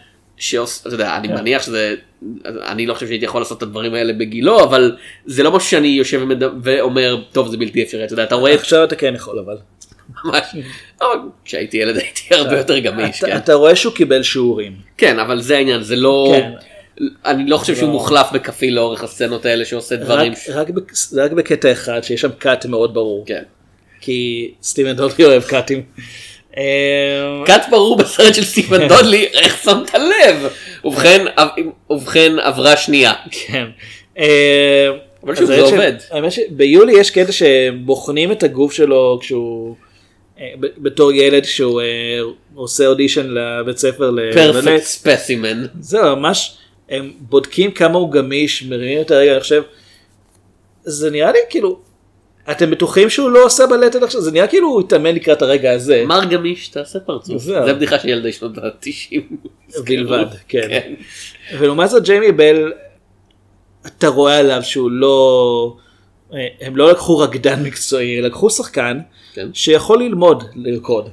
Speaker 2: שעוש, אתה יודע, אני מניח שזה, אני לא חושב שהייתי יכול לעשות את הדברים האלה בגילו, אבל זה לא משהו שאני יושב ואומר, טוב זה בלתי אפשרי, אתה יודע, אתה רואה...
Speaker 3: עכשיו אתה כן יכול אבל.
Speaker 2: ממש, כשהייתי ילד הייתי הרבה יותר גמיש.
Speaker 3: אתה רואה שהוא קיבל שיעורים.
Speaker 2: כן, אבל זה העניין, זה לא... אני לא חושב שהוא מוחלף בכפיל לאורך הסצנות האלה שעושה דברים.
Speaker 3: רק בקטע אחד שיש שם קאט מאוד ברור.
Speaker 2: כן.
Speaker 3: כי סטיבן דודלי אוהב קאטים.
Speaker 2: קאט ברור בסרט של סטיבן דודלי, איך שמת לב? ובכן עברה שנייה. כן. אבל שוב זה עובד.
Speaker 3: ביולי יש קטע שבוחנים את הגוף שלו כשהוא בתור ילד שהוא עושה אודישן לבית ספר.
Speaker 2: פרפקט ספסימן.
Speaker 3: זהו ממש. הם בודקים כמה הוא גמיש, מרימים את הרגע, אני חושב, זה נראה לי כאילו, אתם בטוחים שהוא לא עושה בלט עד עכשיו, זה נראה כאילו הוא התאמן לקראת הרגע הזה.
Speaker 2: מר גמיש, תעשה פרצוף, זה בדיחה של ילדי שנות ה-תשעים.
Speaker 3: בלבד, כן. ולעומת זאת ג'יימי בל, אתה רואה עליו שהוא לא, הם לא לקחו רקדן מקצועי, לקחו שחקן, שיכול ללמוד לרקוד,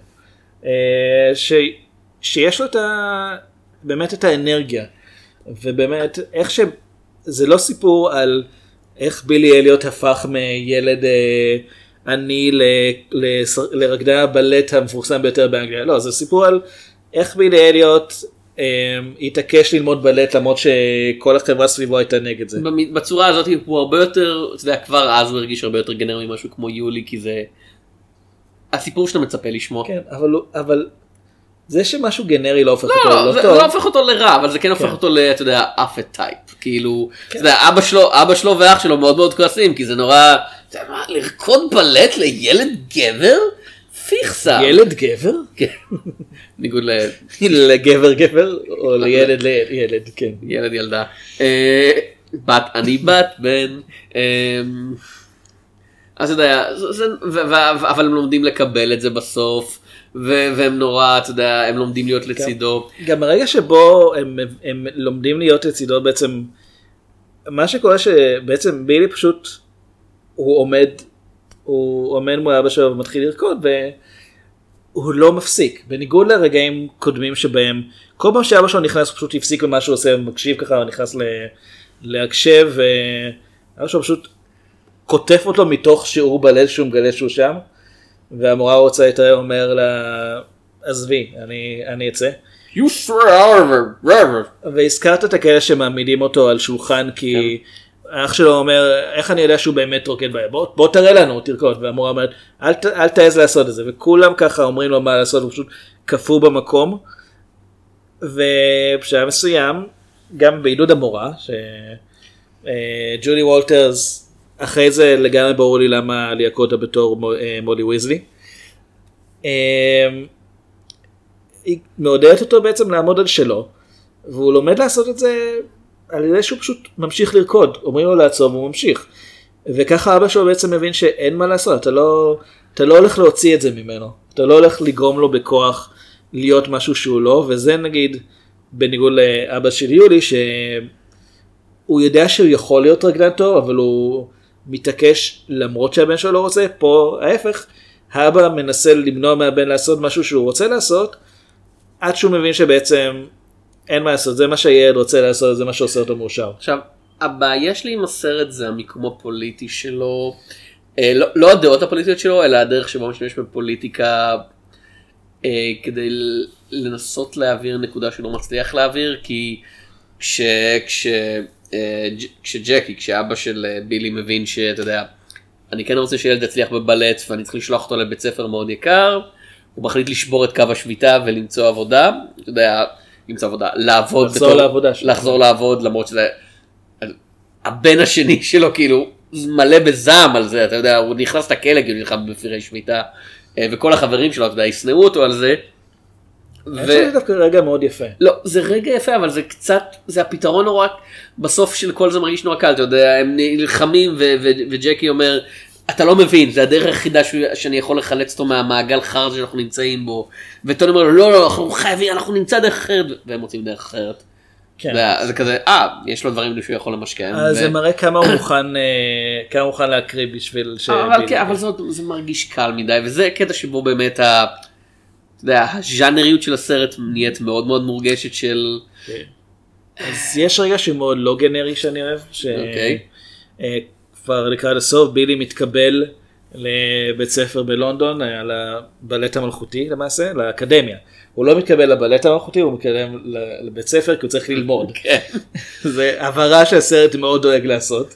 Speaker 3: שיש לו את ה... באמת את האנרגיה. ובאמת, איך ש... זה לא סיפור על איך בילי אליוט הפך מילד אה, עני ל... ל... לרקדן הבלט המפורסם ביותר באנגליה. לא, זה סיפור על איך בילי אליוט אה, התעקש ללמוד בלט למרות שכל החברה סביבו הייתה נגד זה.
Speaker 2: בצורה הזאת הוא הרבה יותר, אתה יודע, כבר אז הוא הרגיש הרבה יותר גנר ממשהו כמו יולי, כי זה הסיפור שאתה מצפה לשמוע.
Speaker 3: כן, אבל... אבל... זה שמשהו גנרי לא הופך אותו
Speaker 2: לא, זה לא הופך אותו לרע, אבל זה כן הופך אותו ל, אתה יודע, אפט טייפ, כאילו, אתה יודע, אבא שלו, אבא שלו ואח שלו מאוד מאוד כועסים, כי זה נורא, אתה יודע מה, לרקוד בלט לילד גבר? פיכסה.
Speaker 3: ילד גבר?
Speaker 2: כן, ניגוד ל...
Speaker 3: לגבר גבר, או לילד לילד, כן.
Speaker 2: ילד ילדה. בת, אני בת, בן, אז אתה יודע, אבל הם לומדים לקבל את זה בסוף, והם נורא, אתה יודע, הם לומדים להיות לצידו.
Speaker 3: גם הרגע שבו הם, הם לומדים להיות לצידו בעצם, מה שקורה שבעצם בילי פשוט, הוא עומד, הוא עומד מול אבא שלו ומתחיל לרקוד, והוא לא מפסיק. בניגוד לרגעים קודמים שבהם, כל פעם שאבא שלו נכנס, הוא פשוט הפסיק למה שהוא עושה, ומקשיב ככה, הוא נכנס להקשב, ואבא שלו פשוט כותף אותו מתוך שיעור בלט שהוא מגלה שהוא שם. והמורה רוצה יותר אומר לה, עזבי, אני, אני אצא.
Speaker 2: You swear over.
Speaker 3: והזכרת את הכאלה שמעמידים אותו על שולחן, כי האח שלו אומר, איך אני יודע שהוא באמת רוקד בהם? בוא, בוא תראה לנו, תרקוד. והמורה אומרת, אל, אל תעז לעשות את זה. וכולם ככה אומרים לו מה לעשות, הוא פשוט כפו במקום. ובשעה מסוים, גם בעידוד המורה, שג'ולי וולטרס, אחרי זה לגמרי ברור לי למה ליהקו אותה בתור מולי ויזלי. היא מעודדת אותו בעצם לעמוד על שלו, והוא לומד לעשות את זה על ידי שהוא פשוט ממשיך לרקוד. אומרים לו לעצור והוא ממשיך. וככה אבא שלו בעצם מבין שאין מה לעשות, אתה לא, אתה לא הולך להוציא את זה ממנו. אתה לא הולך לגרום לו בכוח להיות משהו שהוא לא, וזה נגיד בניגוד לאבא של יולי, שהוא יודע שהוא יכול להיות רקדן טוב, אבל הוא... מתעקש למרות שהבן שלו לא רוצה. פה ההפך, האבא מנסה למנוע מהבן לעשות משהו שהוא רוצה לעשות, עד שהוא מבין שבעצם אין מה לעשות, זה מה שהילד רוצה לעשות, זה מה שעושה אותו מאושר.
Speaker 2: עכשיו, הבעיה שלי עם הסרט זה המיקום הפוליטי שלו, אה, לא, לא הדעות הפוליטיות שלו, אלא הדרך שבו משתמש בפוליטיקה, אה, כדי לנסות להעביר נקודה שלא מצליח להעביר, כי כש... כש כשג'קי, כשאבא של בילי מבין שאתה יודע, אני כן רוצה שילד יצליח בבלט ואני צריך לשלוח אותו לבית ספר מאוד יקר, הוא מחליט לשבור את קו השביתה ולמצוא עבודה, אתה יודע, למצוא עבודה, לעבוד,
Speaker 3: לחזור
Speaker 2: בתור,
Speaker 3: לעבודה,
Speaker 2: לחזור לעבוד, למרות שזה, הבן השני שלו כאילו מלא בזעם על זה, אתה יודע, הוא נכנס לכלא כי הוא נלחם בפירי שביתה, וכל החברים שלו, אתה יודע, ישנאו אותו על זה,
Speaker 3: אני חושב שזה דווקא רגע מאוד יפה.
Speaker 2: לא, זה רגע יפה, אבל זה קצת, זה הפתרון נורא, בסוף של כל זה מרגיש נורא קל, אתה יודע, הם נלחמים וג'קי אומר, אתה לא מבין, זה הדרך היחידה שאני יכול לחלץ אותו מהמעגל חרא שאנחנו נמצאים בו, וטוני אומר לו, לא, לא, אנחנו חייבים, אנחנו נמצא דרך אחרת, והם מוצאים דרך אחרת. זה כזה, אה, יש לו דברים שהוא יכול למשכם.
Speaker 3: זה מראה כמה הוא מוכן, כמה הוא מוכן להקריב בשביל ש...
Speaker 2: אבל כן, אבל זה מרגיש קל מדי, וזה קטע שבו באמת ה... אתה יודע, הז'אנריות של הסרט נהיית מאוד מאוד מורגשת של...
Speaker 3: אז יש רגע שהוא מאוד לא גנרי שאני אוהב,
Speaker 2: אוקיי.
Speaker 3: שכבר לקראת הסוף בילי מתקבל לבית ספר בלונדון, על הבלט המלכותי למעשה, לאקדמיה. הוא לא מתקבל לבלט המלכותי, הוא מתקדם לבית ספר כי הוא צריך ללמוד. זה הבהרה שהסרט מאוד דואג לעשות.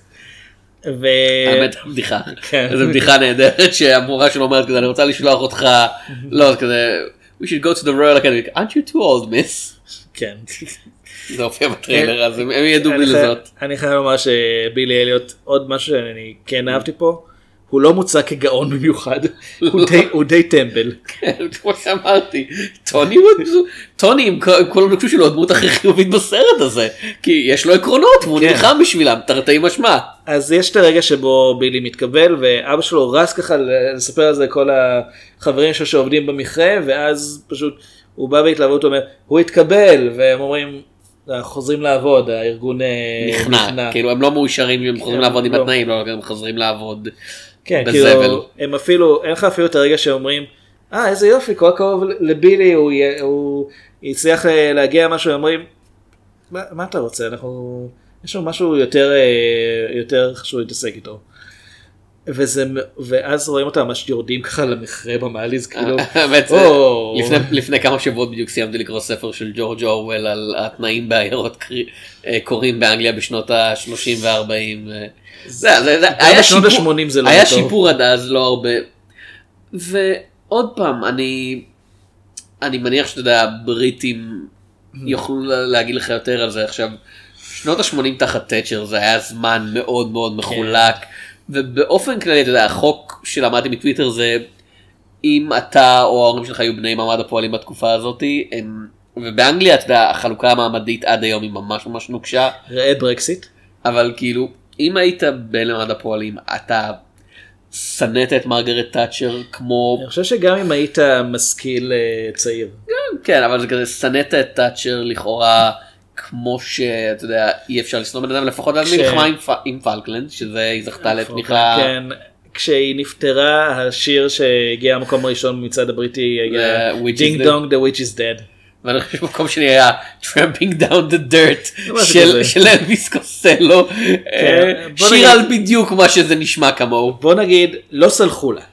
Speaker 2: האמת בדיחה, זו בדיחה נהדרת שהמורה שלו אומרת כזה, אני רוצה לשלוח אותך, לא, כזה, we should go to the Royal Academy, aren't you too old miss?
Speaker 3: כן.
Speaker 2: זה הופיע בטריילר, אז הם ידעו בלי לזאת.
Speaker 3: אני חייב לומר שבילי אליוט, עוד משהו שאני כן אהבתי פה, הוא לא מוצא כגאון במיוחד, הוא די טמבל.
Speaker 2: כן, כמו שאמרתי, טוני הוא, טוני עם כל הנקשו שלו הדמות הכי חיובית בסרט הזה, כי יש לו עקרונות והוא נלחם בשבילם, תרתי משמע.
Speaker 3: אז יש את הרגע שבו בילי מתקבל, ואבא שלו רץ ככה לספר על זה כל החברים שלו שעובדים במכרה, ואז פשוט הוא בא בהתלהבות, הוא אומר, הוא התקבל, והם אומרים, חוזרים לעבוד, הארגון
Speaker 2: נכנע, כאילו הם לא מאושרים, הם חוזרים לעבוד עם התנאים, לא, הם חוזרים לעבוד.
Speaker 3: כן, כאילו, הם אפילו, אין לך אפילו את הרגע שאומרים, אה, איזה יופי, כל הכבוד לבילי, הוא, הוא יצליח להגיע משהו, הם אומרים, מה, מה אתה רוצה, אנחנו, יש לנו משהו יותר, יותר חשוב להתעסק איתו. וזה, ואז רואים אותם ממש יורדים ככה למכרה במעליז, כאילו,
Speaker 2: או... לפני, לפני כמה שבועות בדיוק סיימתי לקרוא ספר של ג'ורג' אורוול על התנאים בעיירות קורים באנגליה בשנות ה-שלושים וה-ארבעים. זה, זה, זה, היה שיפור, ה-שמונים זה לא היה טוב. שיפור עד אז, לא הרבה. ועוד פעם, אני, אני מניח שאתה יודע, הבריטים יוכלו להגיד לך יותר על זה עכשיו. שנות ה-שמונים תחת תאצ'ר זה היה זמן מאוד מאוד מחולק. ובאופן כללי, אתה יודע, החוק שלמדתי מטוויטר זה, אם אתה או ההורים שלך היו בני מעמד הפועלים בתקופה הזאת, הם, ובאנגליה, אתה יודע, החלוקה המעמדית עד היום היא ממש ממש נוקשה.
Speaker 3: ראה ברקסיט.
Speaker 2: אבל כאילו, אם היית בן למעמד הפועלים, אתה סנית את מרגרט תאצ'ר כמו...
Speaker 3: אני חושב שגם אם היית משכיל צעיר.
Speaker 2: כן, אבל זה כזה, סנית את תאצ'ר לכאורה... כמו שאתה יודע, אי אפשר לשנוא בן אדם, לפחות עד מלחמה עם פלקלנד, שזה היא זכתה לתמיכה.
Speaker 3: כן, כשהיא נפטרה, השיר שהגיע המקום הראשון במצעד הבריטי, היה דינג דונג, the witch is dead.
Speaker 2: ואני חושב שמקום שני היה Tramping down the dirt של אלוויס קוסטלו, שיר על בדיוק מה שזה נשמע כמוהו.
Speaker 3: בוא נגיד, לא סלחו לה.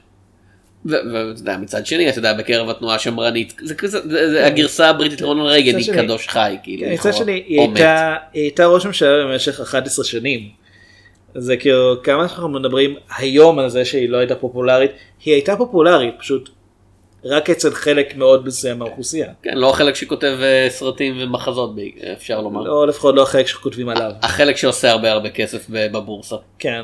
Speaker 2: ומצד שני, אתה יודע, בקרב התנועה השמרנית, זה הגרסה הבריטית לרונלד רייגן, היא קדוש חי, כאילו.
Speaker 3: מצד שני, היא הייתה ראש ממשלה במשך אחת עשרה שנים. זה כאילו, כמה אנחנו מדברים היום על זה שהיא לא הייתה פופולרית, היא הייתה פופולרית, פשוט רק אצל חלק מאוד מסוים מהאוכלוסייה.
Speaker 2: כן, לא החלק שכותב סרטים ומחזות, אפשר לומר.
Speaker 3: לא, לפחות לא החלק שכותבים עליו.
Speaker 2: החלק שעושה הרבה הרבה כסף בבורסה.
Speaker 3: כן.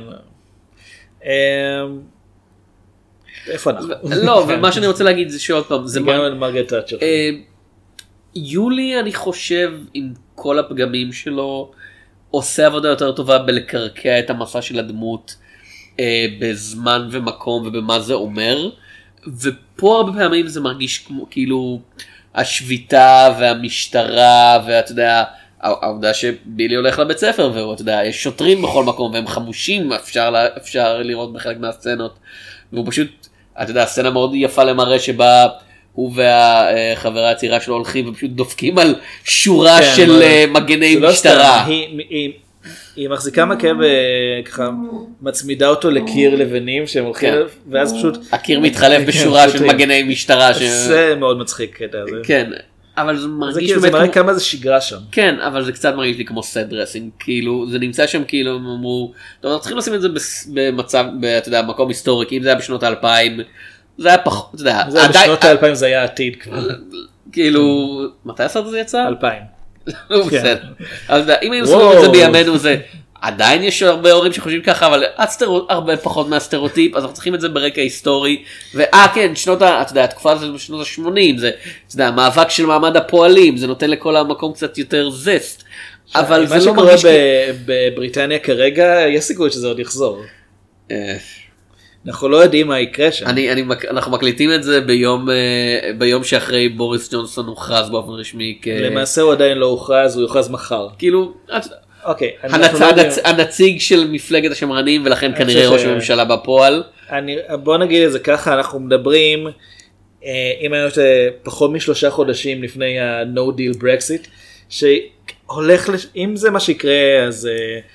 Speaker 3: איפה אנחנו?
Speaker 2: לא, ומה שאני רוצה להגיד זה שעוד פעם, זה
Speaker 3: גם על מרגרט תאצ'ר.
Speaker 2: יולי, אני חושב, עם כל הפגמים שלו, עושה עבודה יותר טובה בלקרקע את המסע של הדמות בזמן ומקום ובמה זה אומר, ופה הרבה פעמים זה מרגיש כמו כאילו השביתה והמשטרה, ואתה יודע, העובדה שבילי הולך לבית ספר, ואתה יודע, יש שוטרים בכל מקום והם חמושים, אפשר, אפשר לראות בחלק מהסצנות, והוא פשוט, אתה יודע, הסצנה מאוד יפה למראה שבה הוא והחברה הצעירה שלו הולכים ופשוט דופקים על שורה כן, של מה... מגני משטרה.
Speaker 3: לא היא, היא, היא מחזיקה מקל וככה מצמידה אותו לקיר לבנים שהם הולכים, כן. ואז פשוט...
Speaker 2: הקיר מתחלף בשורה של מגני משטרה. ש...
Speaker 3: זה מאוד מצחיק קטע הזה.
Speaker 2: כן. אבל זה מרגיש...
Speaker 3: זה, כאילו, זה מראה כמו... כמה זה שגרה שם.
Speaker 2: כן, אבל זה קצת מרגיש לי כמו סט דרסינג, כאילו, זה נמצא שם כאילו, הם אמרו, טוב, אנחנו צריכים לשים את זה במצב, אתה יודע, מקום היסטורי, כי אם זה היה בשנות האלפיים, זה היה פחות, אתה יודע.
Speaker 3: זה היה בשנות האלפיים, זה היה עתיד כבר.
Speaker 2: כאילו, מתי הסרט הזה יצא?
Speaker 3: אלפיים.
Speaker 2: בסדר. אז אם היינו שמים את זה בימינו, זה... עדיין יש הרבה הורים שחושבים ככה, אבל הרבה פחות מהסטריאוטיפ, אז אנחנו צריכים את זה ברקע היסטורי, ואה כן, שנות, אתה יודע, התקופה הזאת בשנות ה-שמונים, זה, אתה יודע, המאבק של מעמד הפועלים, זה נותן לכל המקום קצת יותר זסט, אבל זה לא מרגיש...
Speaker 3: מה שקורה בבריטניה כרגע, יש סיכוי שזה עוד יחזור. אנחנו לא יודעים מה יקרה שם.
Speaker 2: אני, אני, אנחנו מקליטים את זה ביום, ביום שאחרי בוריס ג'ונסון הוכרז באופן רשמי. כ...
Speaker 3: למעשה הוא עדיין לא הוכרז, הוא יוכרז מחר.
Speaker 2: כאילו...
Speaker 3: אוקיי,
Speaker 2: הנציג של מפלגת השמרנים ולכן כנראה ראש הממשלה בפועל.
Speaker 3: בוא נגיד את זה ככה, אנחנו מדברים אם היינו פחות משלושה חודשים לפני ה-No Deal Brexit, שהולך, אם זה מה שיקרה, אז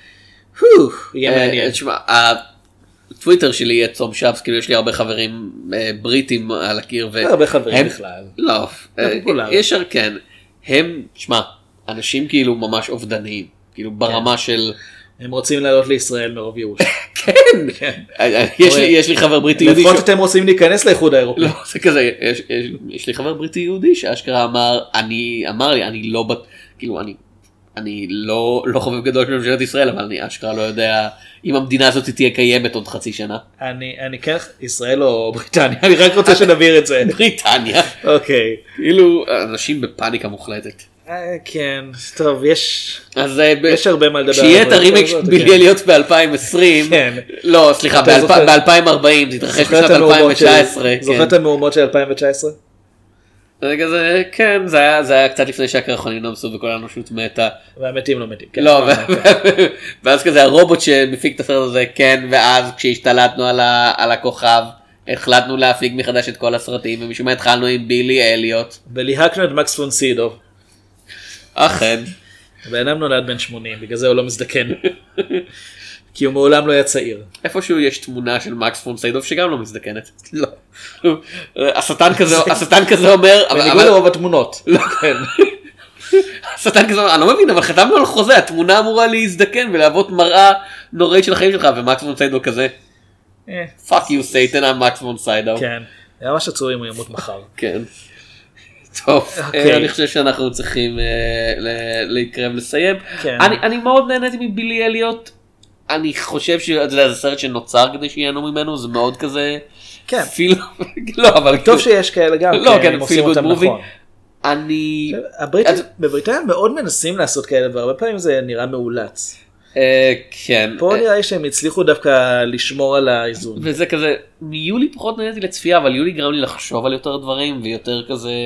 Speaker 3: יהיה מעניין.
Speaker 2: תשמע, הטוויטר שלי יהיה צום שבס, כאילו יש לי הרבה חברים בריטים על הקיר.
Speaker 3: הרבה חברים בכלל.
Speaker 2: לא, יש כן, הם, תשמע, אנשים כאילו ממש אובדניים, כאילו ברמה של...
Speaker 3: הם רוצים לעלות לישראל מרוב ייאוש.
Speaker 2: כן, יש לי חבר בריטי יהודי.
Speaker 3: לפחות אתם רוצים להיכנס לאיחוד האירופי.
Speaker 2: לא, זה כזה, יש לי חבר בריטי יהודי שאשכרה אמר, אני, אמר לי, אני לא, כאילו, אני, אני לא, לא חובב גדול של ממשלת ישראל, אבל אני אשכרה לא יודע אם המדינה הזאת תהיה קיימת עוד חצי שנה.
Speaker 3: אני, אני כן, ישראל או בריטניה, אני רק רוצה שנבהיר את זה.
Speaker 2: בריטניה.
Speaker 3: אוקיי.
Speaker 2: כאילו, אנשים בפאניקה מוחלטת.
Speaker 3: כן, טוב, יש
Speaker 2: אז
Speaker 3: יש הרבה מה לדבר.
Speaker 2: כשיהיה את הרימק בלהיות ב-אלפיים ועשרים, לא, סליחה, ב-אלפיים וארבעים, זה יתרחש בשנת אלפיים תשע עשרה.
Speaker 3: זוכר את המהומות של אלפיים תשע עשרה?
Speaker 2: רגע זה, כן, זה היה קצת לפני שהקרחונים נמסו וכל האנושות מתה.
Speaker 3: והמתים לא מתים.
Speaker 2: לא, ואז כזה הרובוט שמפיק את הסרט הזה, כן, ואז כשהשתלטנו על הכוכב, החלטנו להפיק מחדש את כל הסרטים, ומשום מה התחלנו עם בילי אליוט.
Speaker 3: וליהקנו את מקס פון סידו.
Speaker 2: אכן.
Speaker 3: ואינם נולד בן שמונים, בגלל זה הוא לא מזדקן. כי הוא מעולם לא היה צעיר.
Speaker 2: איפשהו יש תמונה של מקס פון סיידוב שגם לא מזדקנת. לא. השטן כזה, השטן כזה אומר...
Speaker 3: בניגוד לרוב התמונות.
Speaker 2: לא. השטן כזה אומר, אני לא מבין, אבל חתמנו על חוזה, התמונה אמורה להזדקן ולהוות מראה נוראית של החיים שלך, ומקס פון סיידוב כזה. Fuck you Satan, I'm מקס פון סיידוב.
Speaker 3: כן. היה ממש עצוב אם הוא ימות מחר.
Speaker 2: כן. טוב, אני חושב שאנחנו צריכים להתקרב לסיים. אני מאוד נהניתי מבילי אליוט. אני חושב שזה סרט שנוצר כדי שיהנו ממנו, זה מאוד כזה...
Speaker 3: כן.
Speaker 2: לא, אבל...
Speaker 3: טוב שיש כאלה גם,
Speaker 2: לא, כן, פיל גוד מובי. אני...
Speaker 3: בבריטניה מאוד מנסים לעשות כאלה, והרבה פעמים זה נראה מאולץ.
Speaker 2: כן.
Speaker 3: פה נראה לי שהם הצליחו דווקא לשמור על האיזון.
Speaker 2: וזה כזה, מיולי פחות נהניתי לצפייה, אבל יולי גרם לי לחשוב על יותר דברים, ויותר כזה,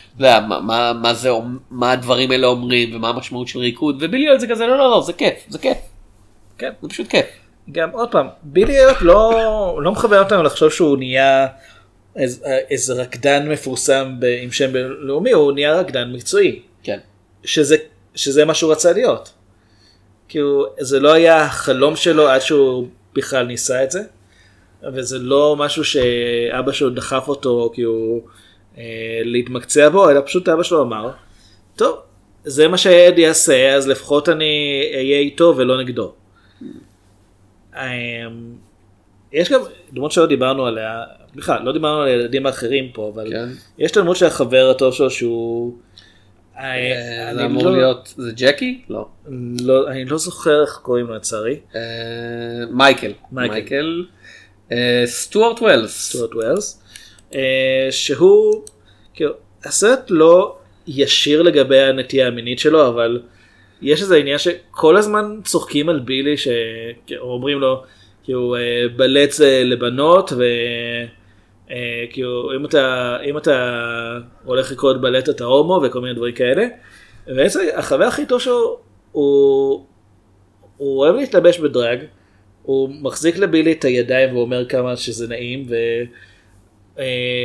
Speaker 2: מה הדברים האלה אומרים, ומה המשמעות של ריקוד, ובילי אליוט זה כזה, לא, לא, לא, זה כיף, זה כיף.
Speaker 3: כן.
Speaker 2: זה פשוט כיף.
Speaker 3: גם עוד פעם, בילי אליוט לא מכוון אותנו לחשוב שהוא נהיה איזה רקדן מפורסם עם שם בינלאומי, הוא נהיה רקדן מקצועי.
Speaker 2: כן.
Speaker 3: שזה מה שהוא רצה להיות. כאילו, זה לא היה החלום שלו עד שהוא בכלל ניסה את זה, וזה לא משהו שאבא שלו דחף אותו כאילו אה, להתמקצע בו, אלא פשוט אבא שלו אמר, טוב, זה מה שהילד יעשה, אז לפחות אני אהיה איתו ולא נגדו. אה, יש גם דמות שלא דיברנו עליה, בכלל, לא דיברנו על ילדים האחרים פה, אבל כן. יש את הדמות של החבר הטוב שלו שהוא...
Speaker 2: זה אמור להיות, זה ג'קי? לא.
Speaker 3: אני לא זוכר איך קוראים לו לצערי.
Speaker 2: מייקל. מייקל. סטוארט ווילס.
Speaker 3: סטוארט ווילס. שהוא, כאילו, הסרט לא ישיר לגבי הנטייה המינית שלו, אבל יש איזה עניין שכל הזמן צוחקים על בילי, שאומרים לו, כאילו, בלט זה לבנות, ו... Uh, כאילו אם אתה אם אתה הולך לקרוא בלט אתה הומו וכל מיני דברים כאלה, ובעצם החבר הכי טוב שלו הוא הוא אוהב להתלבש בדרג, הוא מחזיק לבילי את הידיים ואומר כמה שזה נעים, ו uh,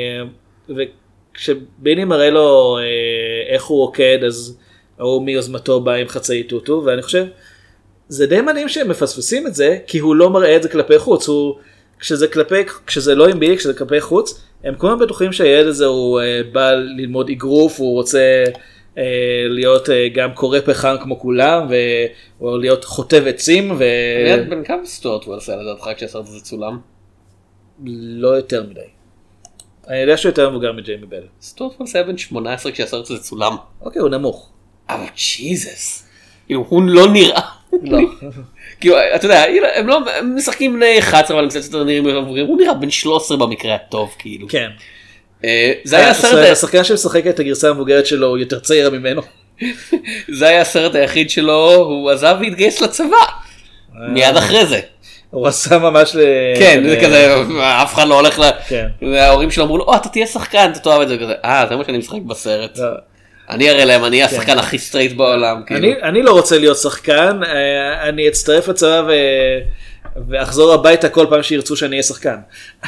Speaker 3: וכשבילי מראה לו uh, איך הוא רוקד, אז הוא מיוזמתו בא עם חצאי טוטו, ואני חושב זה די מדהים שהם מפספסים את זה, כי הוא לא מראה את זה כלפי חוץ. הוא כשזה כלפי, כשזה לא עם בילי, כשזה כלפי חוץ, הם כולם בטוחים שהילד הזה הוא אה, בא ללמוד אגרוף, הוא רוצה אה, להיות אה, גם קורא פחם כמו כולם, או להיות חוטב עצים. ו...
Speaker 2: ליד בן כמה סטוארט ווילס היה לדעתך כשהסרט הזה צולם?
Speaker 3: לא יותר מדי. אני יודע שהוא יותר מבוגר מג'יימי בל.
Speaker 2: סטוארט ווילס היה בן שמונה עשרה כשהסרט הזה צולם.
Speaker 3: אוקיי, הוא נמוך.
Speaker 2: אבל ג'יזוס. הוא לא נראה. לא. כאילו, אתה יודע, הם לא משחקים בני אחת עשרה, אבל הם קצת יותר נראים מבוגרים, הוא נראה בן שלוש עשרה במקרה הטוב, כאילו.
Speaker 3: כן.
Speaker 2: זה היה הסרט...
Speaker 3: השחקן שמשחק את הגרסה המבוגרת שלו, הוא יותר צעיר ממנו.
Speaker 2: זה היה הסרט היחיד שלו, הוא עזב והתגייס לצבא. מיד אחרי זה.
Speaker 3: הוא עשה ממש ל...
Speaker 2: כן, זה כזה, אף אחד לא הולך ל... וההורים שלו אמרו לו, או, אתה תהיה שחקן, אתה תאהב את זה, כזה, אה, זה מה שאני משחק בסרט. אני אראה להם, אני אהיה השחקן הכי סטרייט בעולם.
Speaker 3: אני לא רוצה להיות שחקן, אני אצטרף לצבא ואחזור הביתה כל פעם שירצו שאני אהיה שחקן.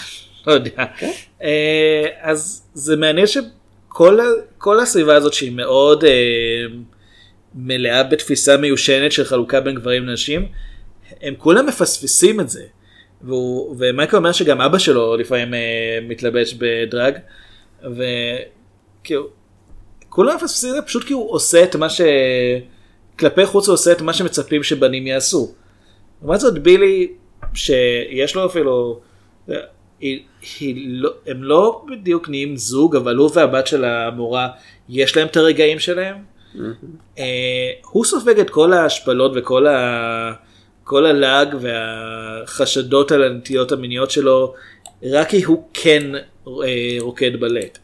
Speaker 3: לא יודע. אה, אז זה מעניין שכל כל הסביבה הזאת שהיא מאוד אה, מלאה בתפיסה מיושנת של חלוקה בין גברים לנשים, הם כולם מפספסים את זה. והוא, ומייקל אומר שגם אבא שלו לפעמים אה, מתלבש בדרג, וכאילו, כולם מפספסים את זה פשוט כי הוא עושה את מה ש... כלפי חוץ הוא עושה את מה שמצפים שבנים יעשו. לעומת זאת בילי, שיש לו אפילו, היא, היא לא, הם לא בדיוק נהיים זוג, אבל הוא והבת של המורה, יש להם את הרגעים שלהם. Mm-hmm. אה, הוא סופג את כל ההשפלות וכל ה... כל הלאג והחשדות על הנטיות המיניות שלו, רק כי הוא כן אה, רוקד בלט.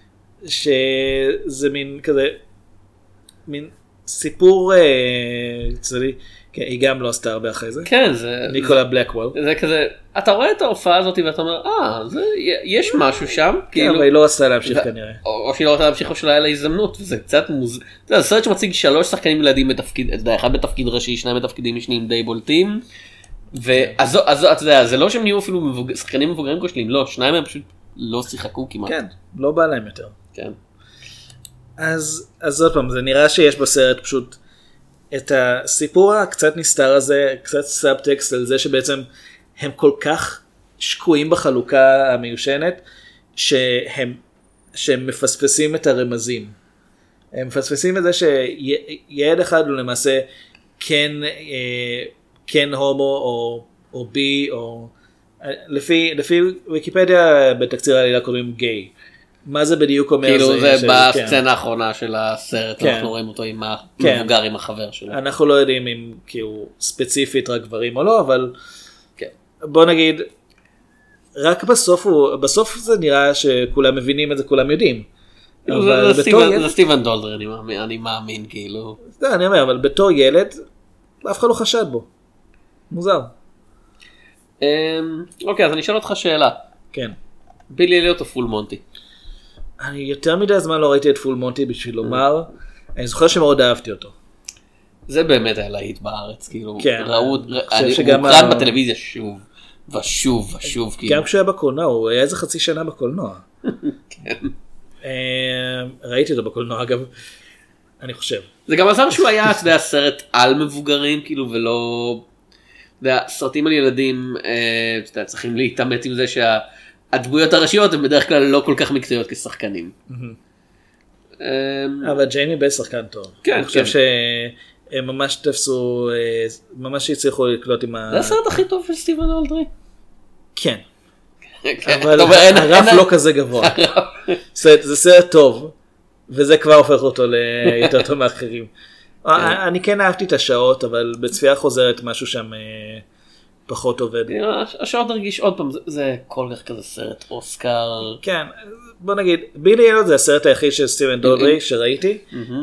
Speaker 3: שזה מין כזה, מין סיפור אה, צדדי, כן, היא גם לא עשתה הרבה אחרי זה.
Speaker 2: כן, זה...
Speaker 3: ניקולה בלקוול.
Speaker 2: זה כזה, אתה רואה את ההופעה הזאת ואתה אומר, אה, זה, יש משהו שם.
Speaker 3: כן,
Speaker 2: כאילו,
Speaker 3: אבל היא לא עשתה להמשיך ו... כנראה.
Speaker 2: או, או שהיא לא רוצה להמשיך או שלא היה לה הזדמנות, וזה קצת מוז... זה סרט שמציג שלוש שחקנים ילדים בתפקיד, אתה יודע, אחד בתפקיד ראשי, שניים בתפקידים משניים די בולטים, ואז, אז, אתה יודע, זה לא שהם נהיו אפילו מבוג... שחקנים מבוגרים כושלים, לא, שניים הם פשוט לא שיחקו כמעט.
Speaker 3: כן, לא בא להם יותר.
Speaker 2: כן.
Speaker 3: אז, אז עוד פעם, זה נראה שיש בסרט פשוט את הסיפור הקצת נסתר הזה, קצת סאבטקסט על זה שבעצם הם כל כך שקועים בחלוקה המיושנת, שהם, שהם מפספסים את הרמזים. הם מפספסים את זה שילד אחד הוא למעשה כן, כן הומו או, או בי, או לפי, לפי ויקיפדיה בתקציר העלילה קוראים גיי. מה זה בדיוק אומר?
Speaker 2: כאילו זה,
Speaker 3: זה
Speaker 2: בסצנה
Speaker 3: כן.
Speaker 2: האחרונה של הסרט, כן. אנחנו רואים אותו עם המבוגר, כן. עם החבר שלו.
Speaker 3: אנחנו לא יודעים אם כאילו ספציפית רק גברים או לא, אבל כן. בוא נגיד, רק בסוף, הוא, בסוף זה נראה שכולם מבינים את זה, כולם יודעים.
Speaker 2: זה, זה, סטיבן, ילד... זה סטיבן דולדר, אני מאמין, אני מאמין כאילו.
Speaker 3: זה, אני אומר, אבל בתור ילד, אף אחד לא חשד בו. מוזר.
Speaker 2: אוקיי, אז אני אשאל אותך שאלה.
Speaker 3: כן.
Speaker 2: בילי אליוט או פול מונטי?
Speaker 3: אני יותר מדי הזמן לא ראיתי את פול מונטי בשביל לומר, אני זוכר שמאוד אהבתי אותו.
Speaker 2: זה באמת היה להיט בארץ, כאילו,
Speaker 3: כן.
Speaker 2: ראו, אני מוקרן בטלוויזיה שוב, ושוב, ושוב, כאילו.
Speaker 3: גם כשהוא היה בקולנוע, הוא היה איזה חצי שנה בקולנוע.
Speaker 2: כן.
Speaker 3: ראיתי אותו בקולנוע, אגב, אני חושב.
Speaker 2: זה גם עזר שהוא היה, אתה יודע, סרט על מבוגרים, כאילו, ולא, אתה יודע, סרטים על ילדים, אתה יודע, צריכים להתאמת עם זה שה... הדמויות הראשיות הן בדרך כלל לא כל כך מקצועיות כשחקנים.
Speaker 3: אבל ג'יימי בי שחקן טוב. אני חושב שהם ממש תפסו, ממש הצליחו לקלוט עם ה...
Speaker 2: זה הסרט הכי טוב של סטיבן אולדרי.
Speaker 3: כן. אבל הרף לא כזה גבוה. זה סרט טוב, וזה כבר הופך אותו ליותר טוב מאחרים. אני כן אהבתי את השעות, אבל בצפייה חוזרת משהו שם... פחות עובד.
Speaker 2: השעות הרגיש עוד פעם, זה כל כך כזה סרט אוסקר.
Speaker 3: כן, בוא נגיד, בילי אליוט זה הסרט היחיד של סטיבן דולדרי שראיתי,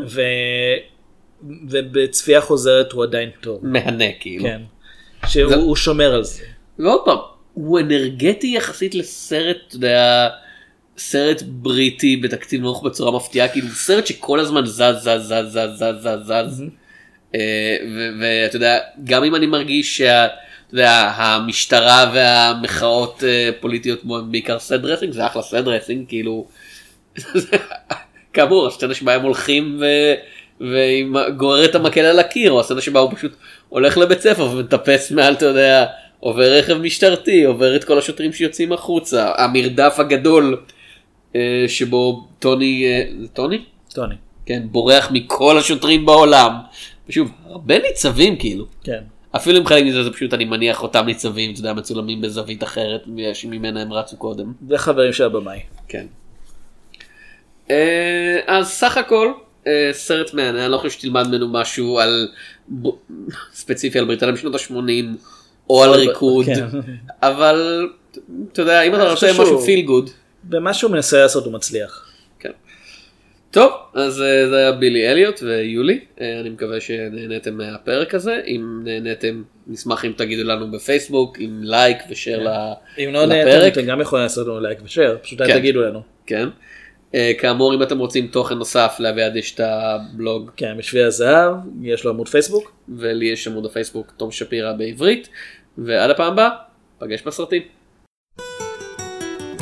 Speaker 3: ובצפייה חוזרת הוא עדיין טוב.
Speaker 2: מהנה כאילו.
Speaker 3: כן, שהוא שומר על זה.
Speaker 2: ועוד פעם, הוא אנרגטי יחסית לסרט, אתה יודע, סרט בריטי בתקציב נמוך בצורה מפתיעה, כאילו סרט שכל הזמן זז, זז, זז, זז, זז, זז, זז. ואתה יודע, גם אם אני מרגיש שה... אתה יודע, המשטרה והמחאות פוליטיות בעיקר סד דרסינג, זה אחלה סד דרסינג, כאילו, כאמור, הסצנה שבה הם הולכים וגורר את המקל על הקיר, או הסצנה שבה הוא פשוט הולך לבית ספר ומטפס מעל, אתה יודע, עובר רכב משטרתי, עובר את כל השוטרים שיוצאים החוצה, המרדף הגדול שבו טוני, טוני?
Speaker 3: טוני.
Speaker 2: כן, בורח מכל השוטרים בעולם, ושוב, הרבה ניצבים כאילו. כן. אפילו אם חלק מזה זה פשוט אני מניח אותם ניצבים, אתה יודע, מצולמים בזווית אחרת, שממנה הם רצו קודם.
Speaker 3: זה חברים של הבמאי.
Speaker 2: כן. אז סך הכל, סרט מעניין, אני לא חושב שתלמד ממנו משהו על, ספציפי על בריטניה בשנות ה-שמונים, או על ריקוד, אבל, אתה יודע, אם אתה רוצה משהו פיל גוד.
Speaker 3: במה שהוא מנסה לעשות הוא מצליח.
Speaker 2: כן. טוב, אז זה היה בילי אליוט ויולי, אני מקווה שנהנתם מהפרק הזה, אם נהנתם נשמח אם תגידו לנו בפייסבוק, עם לייק ושאר לפרק.
Speaker 3: אם לא נהנתם אתם גם יכולים לעשות לנו לייק ושאר, פשוט תגידו לנו.
Speaker 2: כן, כאמור אם אתם רוצים תוכן נוסף לאביעד יש את הבלוג.
Speaker 3: כן, בשביל הזהב, יש לו עמוד פייסבוק.
Speaker 2: ולי יש עמוד הפייסבוק תום שפירא בעברית, ועד הפעם הבאה, פגש בסרטים.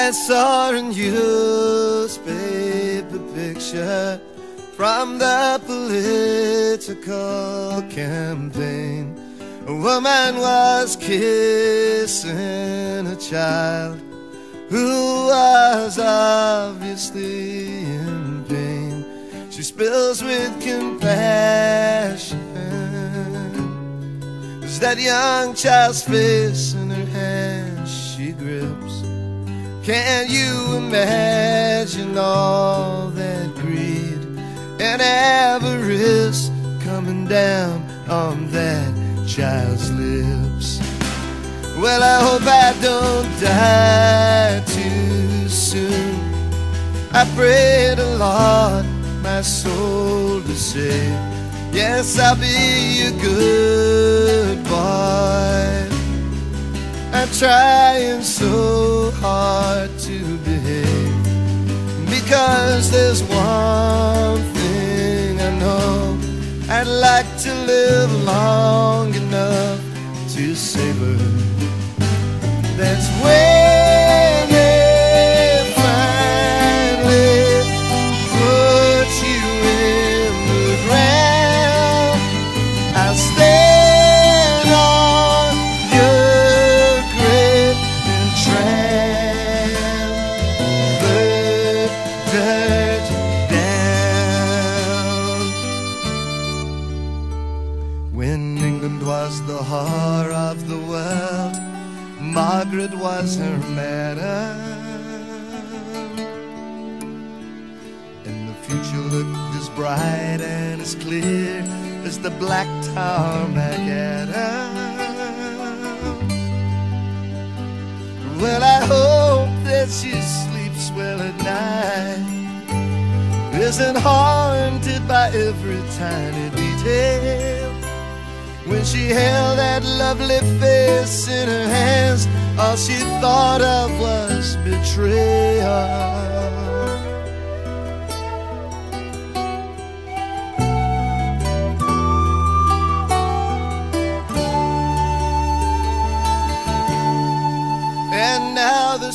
Speaker 10: I saw a newspaper picture from the political campaign. A woman was kissing a child who was obviously in pain. She spills with compassion as that young child's face in her hand she grips. Can you imagine all that greed and avarice coming down on that child's lips? Well, I hope I don't die too soon. I pray the Lord my soul to save. Yes, I'll be a good boy. I'm trying so hard to behave, because there's one thing I know: I'd like to live long enough to savor. That's when they finally put you in the ground. I'll stand on your grave and trample the dirt down. When England was the whore of the world, Margaret was her madam, and the future looked as bright and as clear as the black tarmac Adam. Well, I hope that she sleeps well at night, isn't haunted by every tiny detail. When she held that lovely face in her hands, all she thought of was betrayal. And now the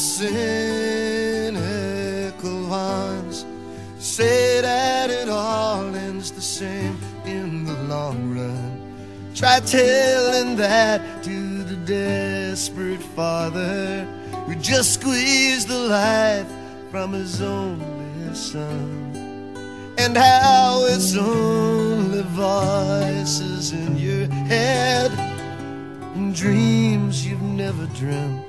Speaker 10: cynical ones say that it all ends the same in the long run. Try telling that to the desperate father who just squeezed the life from his only son, and how it's only voices in your head and dreams you've never dreamt.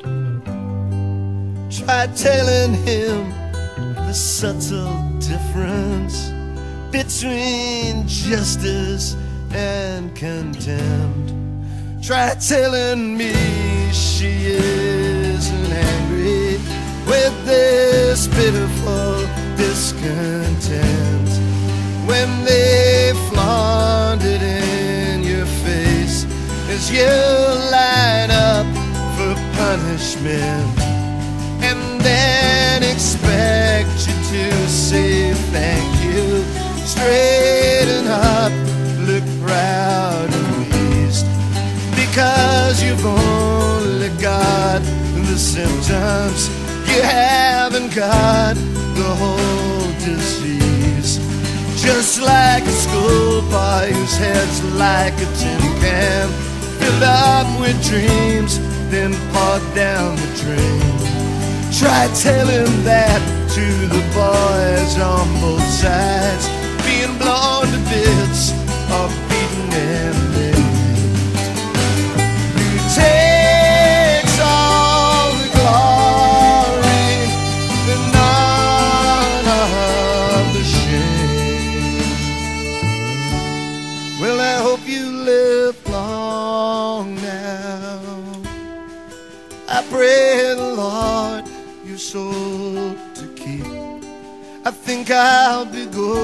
Speaker 10: Try telling him the subtle difference between justice and contempt. Try telling me she isn't angry with this pitiful discontent, when they flaunt it in your face as you line up for punishment, and then expect you to say thank you. Straighten up, look proud and pleased, because you've only got the symptoms, you haven't got the whole disease. Just like a schoolboy whose head's like a tin can, filled up with dreams, then poured down the drain. Try telling that to the boys on both sides, being blown to bits or beaten and maimed. Who takes all the glory and none of the shame? Well, I hope you live long now. I pray the Lord your soul to keep. I think I'll be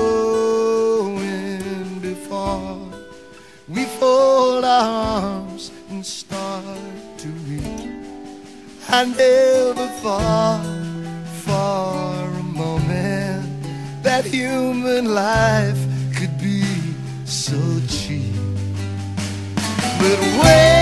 Speaker 10: going before we fold our arms and start to weep. I never thought for a moment that human life could be so cheap. But when